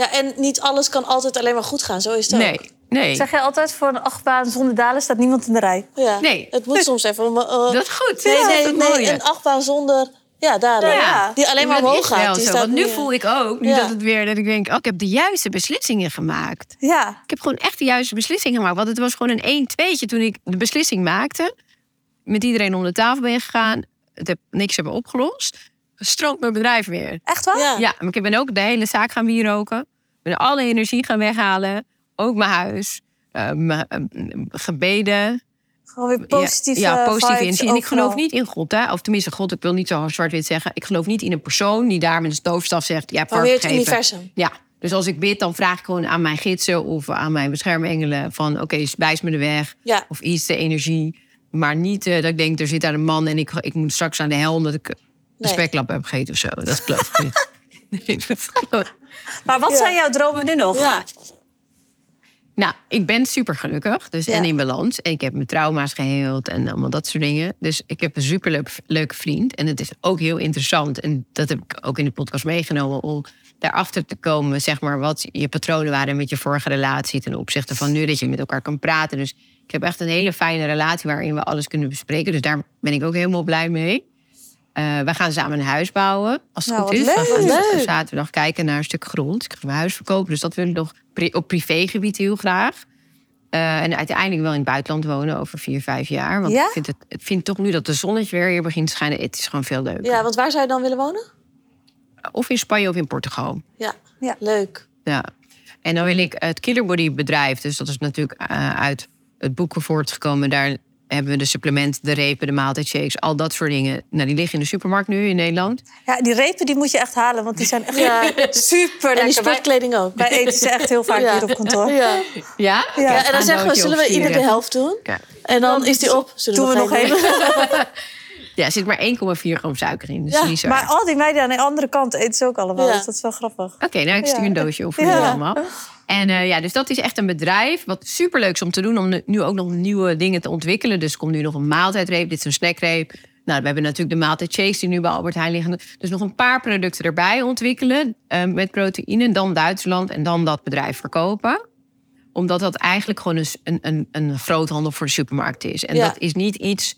Ja, en niet alles kan altijd alleen maar goed gaan. Zo is het Nee, ook. nee. Zeg jij altijd, voor een achtbaan zonder dalen staat niemand in de rij? Ja. Nee. Het moet soms even... Uh, Dat is goed. nee, Dat is nee, het nee, mooie. een achtbaan zonder... Ja, daar. Ja. Die alleen maar dat omhoog is wel gaat. Die zo, staat want nu niet- voel ik ook, nu Ja. dat het weer, dat ik denk, oh, ik heb de juiste beslissingen gemaakt. Ja. Ik heb gewoon echt de juiste beslissingen gemaakt. Want het was gewoon een één-tweetje toen ik de beslissing maakte. Met iedereen om de tafel ben gegaan. Het heb niks hebben opgelost. Stroomt mijn bedrijf weer. Echt waar? Ja. Ja, maar ik ben ook de hele zaak gaan wieroken. Ik ben alle energie gaan weghalen. Ook mijn huis. Uh, mijn, uh, gebeden. Gewoon weer positieve ja, ja, positieve vibes energie. En ik overal. geloof niet in God, hè? Of tenminste, God, ik wil niet zo zwart-wit zeggen. Ik geloof niet in een persoon die daar met een stoofstaf zegt... ja, Maar weer het geven. universum. Ja, dus als ik bid, dan vraag ik gewoon aan mijn gidsen... of aan mijn beschermengelen van... oké, okay, wijs me de weg. Ja. Of iets de energie. Maar niet uh, dat ik denk, er zit daar een man... en ik, ik moet straks aan de hel omdat ik een Nee. speklap heb gegeten of zo. Dat geloof ik niet. Nee, dat geloof ik. Maar wat Ja. zijn jouw dromen nu nog? Ja. Nou, ik ben super gelukkig. Dus, Ja. En in balans. En ik heb mijn trauma's geheeld en allemaal dat soort dingen. Dus ik heb een superleuke leuke vriend. En het is ook heel interessant. En dat heb ik ook in de podcast meegenomen. Om daarachter te komen, zeg maar, wat je patronen waren met je vorige relatie. Ten opzichte van nu dat je met elkaar kan praten. Dus ik heb echt een hele fijne relatie waarin we alles kunnen bespreken. Dus daar ben ik ook helemaal blij mee. Uh, we gaan samen een huis bouwen, als het Nou, goed is. wat We leuk. gaan zaterdag kijken naar een stuk grond. Ik ga mijn huis verkopen, dus dat wil ik nog pri- op privégebied heel graag. Uh, en uiteindelijk wel in het buitenland wonen over vier, vijf jaar. Want Ja? ik vind, het, ik vind toch nu dat de zonnetje weer hier begint te schijnen. Het is gewoon veel leuker. Ja, want waar zou je dan willen wonen? Of in Spanje of in Portugal. Ja, Ja. leuk. Ja. En dan wil ik het Killerbody bedrijf. Dus dat is natuurlijk uh, uit het boeken voortgekomen. Daar hebben we de supplementen, de repen, de maaltijdshakes, al dat soort dingen. Nou, die liggen in de supermarkt nu in Nederland. Ja, die repen die moet je echt halen, want die zijn echt Ja. super En die lekker. Wij, sportkleding ook. wij eten ze echt heel vaak Ja. hier op kantoor. Ja. Ja? Ja. Ja, en dan zeggen we, zullen we ieder de helft doen? Ja. En dan is die op. Zullen Doen we nog geen één. doen? Ja, er zit maar één komma vier gram suiker in. Dus Ja, niet zo Maar erg. al die meiden aan de andere kant eten ze ook allemaal. Ja. Dus dat is wel grappig. Oké, nou, ik stuur Ja. een doosje over Ja. jullie allemaal. En uh, ja, dus dat is echt een bedrijf wat superleuk is om te doen. Om nu ook nog nieuwe dingen te ontwikkelen. Dus er komt nu nog een maaltijdreep. Dit is een snackreep. Nou, we hebben natuurlijk de maaltijdshakes die nu bij Albert Heijn liggen. Dus nog een paar producten erbij ontwikkelen. Uh, met proteïne, dan Duitsland en dan dat bedrijf verkopen. Omdat dat eigenlijk gewoon een, een, een, een groothandel voor de supermarkt is. En Ja. dat is niet iets...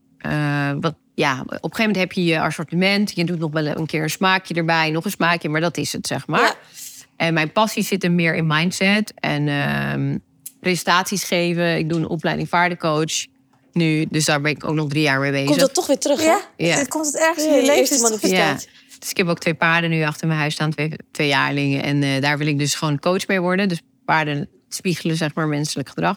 Uh, wat, ja, op een gegeven moment heb je je assortiment. Je doet nog wel een keer een smaakje erbij. Nog een smaakje, maar dat is het, zeg maar. Ja. En mijn passie zit er meer in mindset. En uh, presentaties geven. Ik doe een opleiding vaardencoach nu. Dus daar ben ik ook nog drie jaar mee bezig. Komt dat toch weer terug, hè? Ja? Ja. Het komt het ergens in Ja, je je leven. eerste is toch- manifestatie. Ja. Dus ik heb ook twee paarden nu achter mijn huis staan. Twee, twee jaarlingen. En uh, daar wil ik dus gewoon coach mee worden. Dus paarden spiegelen, zeg maar, menselijk gedrag.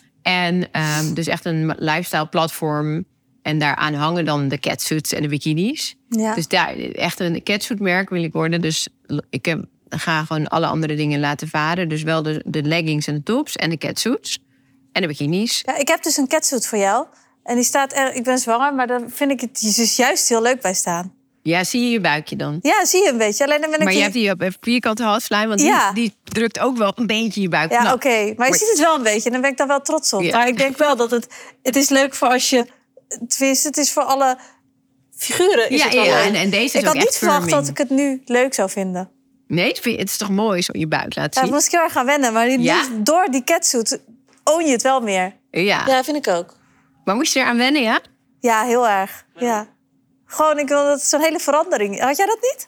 En um, dus echt een lifestyle platform. En daaraan hangen dan de catsuits en de bikinis. Ja. Dus daar echt een catsuitmerk wil ik worden. Dus ik heb, ga gewoon alle andere dingen laten varen. Dus wel de, de leggings en de tops en de catsuits. En de bikinis. Ja, ik heb dus een catsuit voor jou. En die staat er, ik ben zwanger, maar daar vind ik het dus juist heel leuk bij staan. Ja, zie je je buikje dan? Ja, zie je een beetje. Alleen dan ben ik Maar je die- hebt die op vierkante halslijn, want die, Ja. die drukt ook wel een beetje je buik. Ja, Nou, oké. Maar je maar- ziet het wel een beetje. En dan ben ik daar wel trots op. Ja. Maar ik denk wel dat het... Het is leuk voor als je... Tenminste, het is voor alle figuren. Is Ja, het wel ja, leuk. en, en deze is ik ook had echt niet verwacht firming. dat ik het nu leuk zou vinden. Nee, het vind- het is toch mooi zo je buik laten Ja, zien? moest ik heel erg gaan wennen. Maar die- Ja? door die catsuit own je het wel meer. Ja. Ja, vind ik ook. Maar moest je eraan wennen, ja? Ja, heel erg. Ja. Gewoon, ik wil dat is zo'n hele verandering. Had jij dat niet?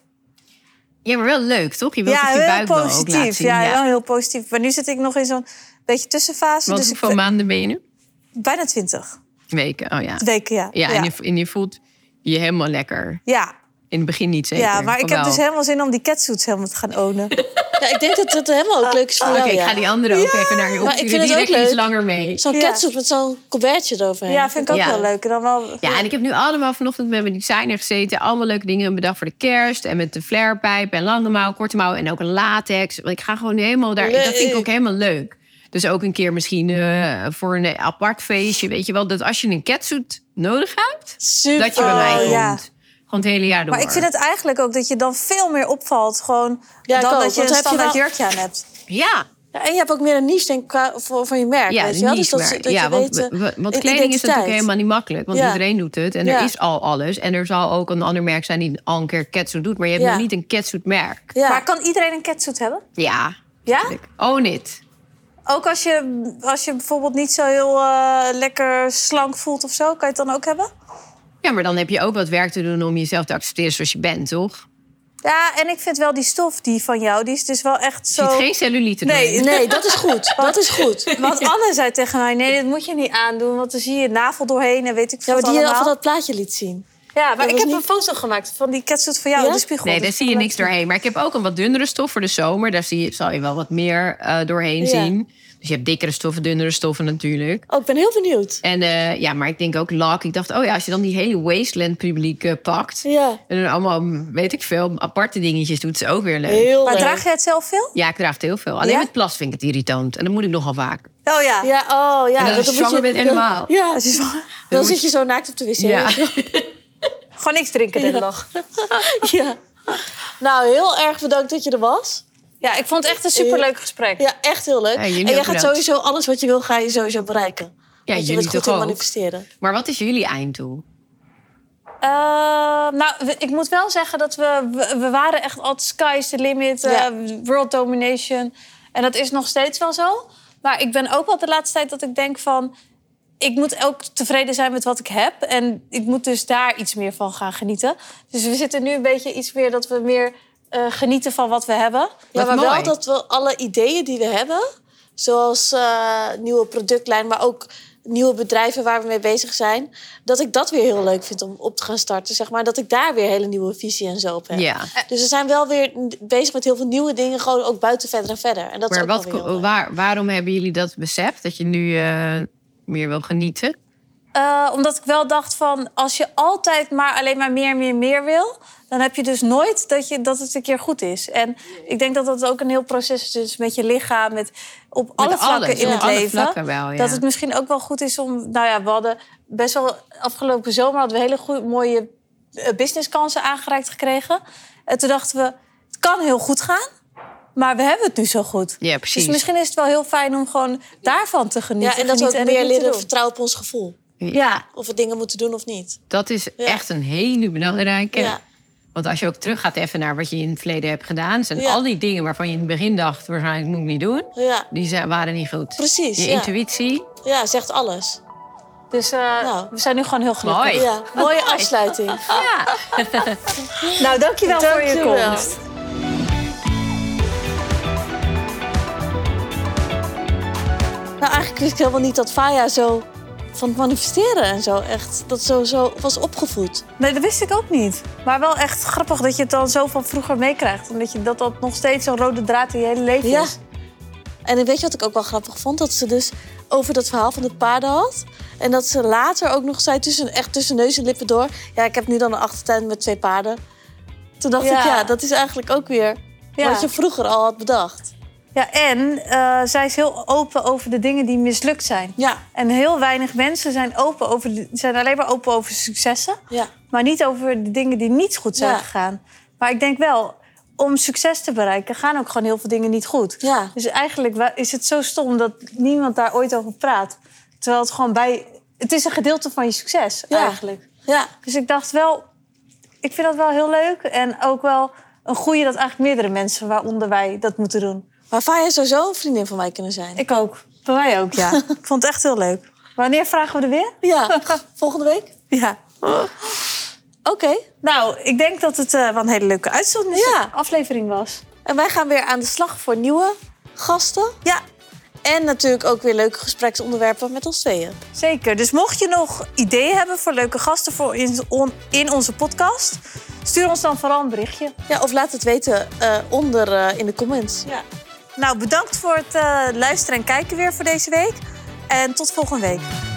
Ja, maar wel leuk, toch? Je wilt Ja, toch je heel buik wel ook positief. laten zien. Ja, Ja. wel heel positief. Maar nu zit ik nog in zo'n beetje tussenfase. Want dus ik hoeveel ben- maanden ben je nu? Bijna twintig Weken, oh ja. weken, ja. Ja, ja. En, je, en je voelt je helemaal lekker. ja. In het begin niet zeker. Ja, maar ik Van heb wel. dus helemaal zin om die catsuits helemaal te gaan ownen. Ja, ik denk dat het helemaal ook leuk is voor Oké, jou, ik ja. ga die andere ook even naar je Maar ik opsturen. vind het Die ook werken iets leuk. langer mee. Zo'n Ja. catsuit met zo'n colbertje eroverheen. Ja, vind ik ook Ja. wel leuk. En dan wel... Ja, en ik heb nu allemaal vanochtend met mijn designer gezeten. Allemaal leuke dingen bedacht voor de kerst. En met de flarepijp en lange mouw, korte mouw. En ook een latex. Want ik ga gewoon helemaal daar... Dat vind ik ook helemaal leuk. Dus ook een keer misschien uh, voor een apart feestje. Weet je wel, dat als je een catsuit nodig hebt... Super. dat je bij mij komt. ja. Gewoon het hele jaar door. Maar ik vind het eigenlijk ook dat je dan veel meer opvalt. Gewoon Ja, ik dan ook, dat je want een heb je standaard wel- jurkje aan hebt. Ja, Ja, en je hebt ook meer een niche denk ik, qua- voor, voor je merk. Ja, weet je een wel? Dus dat, niche-merk. dat ja, je want, weet, uh, w- want een kleding is identiteit. natuurlijk helemaal niet makkelijk. Want Ja. iedereen doet het. En Ja. er is al alles. En er zal ook een ander merk zijn die al een keer catsuit doet. Maar je hebt Ja. nog niet een catsuit merk. Ja. Maar kan iedereen een catsuit hebben? Ja. Ja? Own it. Ook als je, als je bijvoorbeeld niet zo heel uh, lekker slank voelt of zo, kan je het dan ook hebben? Ja, maar dan heb je ook wat werk te doen om jezelf te accepteren zoals je bent, toch? Ja, en ik vind wel die stof die van jou, die is dus wel echt Je zo... ziet geen cellulite Nee, doorheen. Nee, dat is goed. Dat is goed. Want Anne zei tegen mij, nee, dit moet je niet aandoen, want dan zie je navel doorheen en weet ik Ja, veel maar die je allemaal. van dat plaatje liet zien. Ja, maar dat ik was heb niet- een foto gemaakt van die catsuit van jou Ja? in de spiegel. Nee, Dus daar zie je ik niks kan doorheen. Maar ik heb ook een wat dunnere stof voor de zomer. Daar zie je, zal je wel wat meer uh, doorheen Ja. zien. Dus je hebt dikkere stoffen, dunnere stoffen natuurlijk. Oh, ik ben heel benieuwd. En uh, ja, maar ik denk ook lak. Ik dacht, oh ja, als je dan die hele wasteland publiek uh, pakt... Ja, en dan allemaal, weet ik veel, aparte dingetjes doet, is ook weer leuk. heel Maar leuk. draag jij het zelf veel? Ja, ik draag het heel veel. Alleen Ja? met plas vind ik het irritant. En dat moet ik nogal vaak. Oh ja. Ja, oh ja. En als je dan moet zwanger bent, helemaal. Ja, Dat is wel... dan moet zit je zo naakt op de wc. Ja. Gewoon niks drinken de hele dag. Ja. Nou, heel erg bedankt dat je er was. Ja, ik vond het echt een superleuk gesprk. Ja, echt heel leuk. Ja, jullie en jij ook gaat bedankt. sowieso alles wat je wil, ga je sowieso bereiken. Ja, Want je jullie bent goed toch in ook? manifesteren. Maar wat is jullie einddoel? Uh, nou, we- ik moet wel zeggen dat we... We, we waren echt altijd sky is the limit, uh, Ja. world domination. En dat is nog steeds wel zo. Maar ik ben ook wel de laatste tijd dat ik denk van... Ik moet ook tevreden zijn met wat ik heb. En ik moet dus daar iets meer van gaan genieten. Dus we zitten nu een beetje iets meer dat we meer uh, genieten van wat we hebben. Ja, Wat maar mooi. wel dat we alle ideeën die we hebben... zoals uh, nieuwe productlijn, maar ook nieuwe bedrijven waar we mee bezig zijn... dat ik dat weer heel leuk vind om op te gaan starten. Zeg maar. Dat ik daar weer hele nieuwe visie en zo op heb. Ja. Dus we zijn wel weer bezig met heel veel nieuwe dingen... gewoon ook buiten verder en verder. En dat is Maar ook wat, wel weer heel leuk. waar, waarom hebben jullie dat beseft? Dat je nu uh, meer wil genieten? Uh, omdat ik wel dacht van... als je altijd maar alleen maar meer, meer, meer wil... dan heb je dus nooit dat, je, dat het een keer goed is. En ik denk dat dat ook een heel proces is dus met je lichaam... Met, op alle vlakken alles, in ja. het Alle leven. vlakken wel, ja. Dat het misschien ook wel goed is om... Nou ja, we hadden best wel... afgelopen zomer hadden we hele goede, mooie uh, businesskansen aangereikt gekregen. En toen dachten we, het kan heel goed gaan... maar we hebben het nu zo goed. Ja, precies. Dus misschien is het wel heel fijn om gewoon daarvan te genieten. Ja, en dat we ook genieten meer het niet te leren doen. vertrouwen op ons gevoel. Ja, Of we dingen moeten doen of niet. Dat is Ja. echt een hele belangrijke. Ja. Want als je ook teruggaat even naar wat je in het verleden hebt gedaan... zijn Ja. al die dingen waarvan je in het begin dacht... waarschijnlijk moet ik niet doen, Ja, die zijn, waren niet goed. precies. Je ja. intuïtie. Ja, zegt alles. dus uh, Nou. we zijn nu gewoon heel gelukkig. Mooi. Ja, mooie afsluiting. Ja. Nou, dankjewel voor je Dankjewel. komst. Nou, eigenlijk wist ik helemaal niet dat Faya zo van het manifesteren en zo echt... dat zo, zo was opgevoed. Nee, dat wist ik ook niet. Maar wel echt grappig dat je het dan zo van vroeger meekrijgt. En dat je dat, dat nog steeds zo'n rode draad in je hele leven Ja. is. En weet je wat ik ook wel grappig vond? Dat ze dus over dat verhaal van de paarden had. En dat ze later ook nog zei, tussen, echt tussen neus en lippen door... ja, ik heb nu dan een achtertuin met twee paarden. Toen dacht Ja. ik, ja, dat is eigenlijk ook weer Ja. wat je vroeger al had bedacht. Ja, en uh, zij is heel open over de dingen die mislukt zijn. Ja, En heel weinig mensen zijn, open over de, zijn alleen maar open over successen. ja. Maar niet over de dingen die niet goed zijn Ja. gegaan. Maar ik denk wel, om succes te bereiken... gaan ook gewoon heel veel dingen niet goed. Ja. Dus eigenlijk wa- is het zo stom dat niemand daar ooit over praat. Terwijl het gewoon bij... Het is een gedeelte van je succes, Ja. eigenlijk. Ja, Dus ik dacht wel... Ik vind dat wel heel leuk. En ook wel een goeie dat eigenlijk meerdere mensen... waaronder wij dat moeten doen. maar Faya zou zo een vriendin van mij kunnen zijn. Ik ook. Bij mij ook, ja. Ik vond het echt heel leuk. Wanneer vragen we er weer? Ja, volgende week? Ja. Oké. Nou, ik denk dat het uh, wel een hele leuke uitzending Ja. aflevering was. En wij gaan weer aan de slag voor nieuwe gasten. Ja, En natuurlijk ook weer leuke gespreksonderwerpen met ons tweeën. zeker. Dus mocht je nog ideeën hebben voor leuke gasten voor in, on- in onze podcast... stuur ons dan vooral een berichtje. Ja, of laat het weten uh, onder uh, in de comments. Ja. Nou, bedankt voor het uh, luisteren en kijken weer voor deze week. En tot volgende week.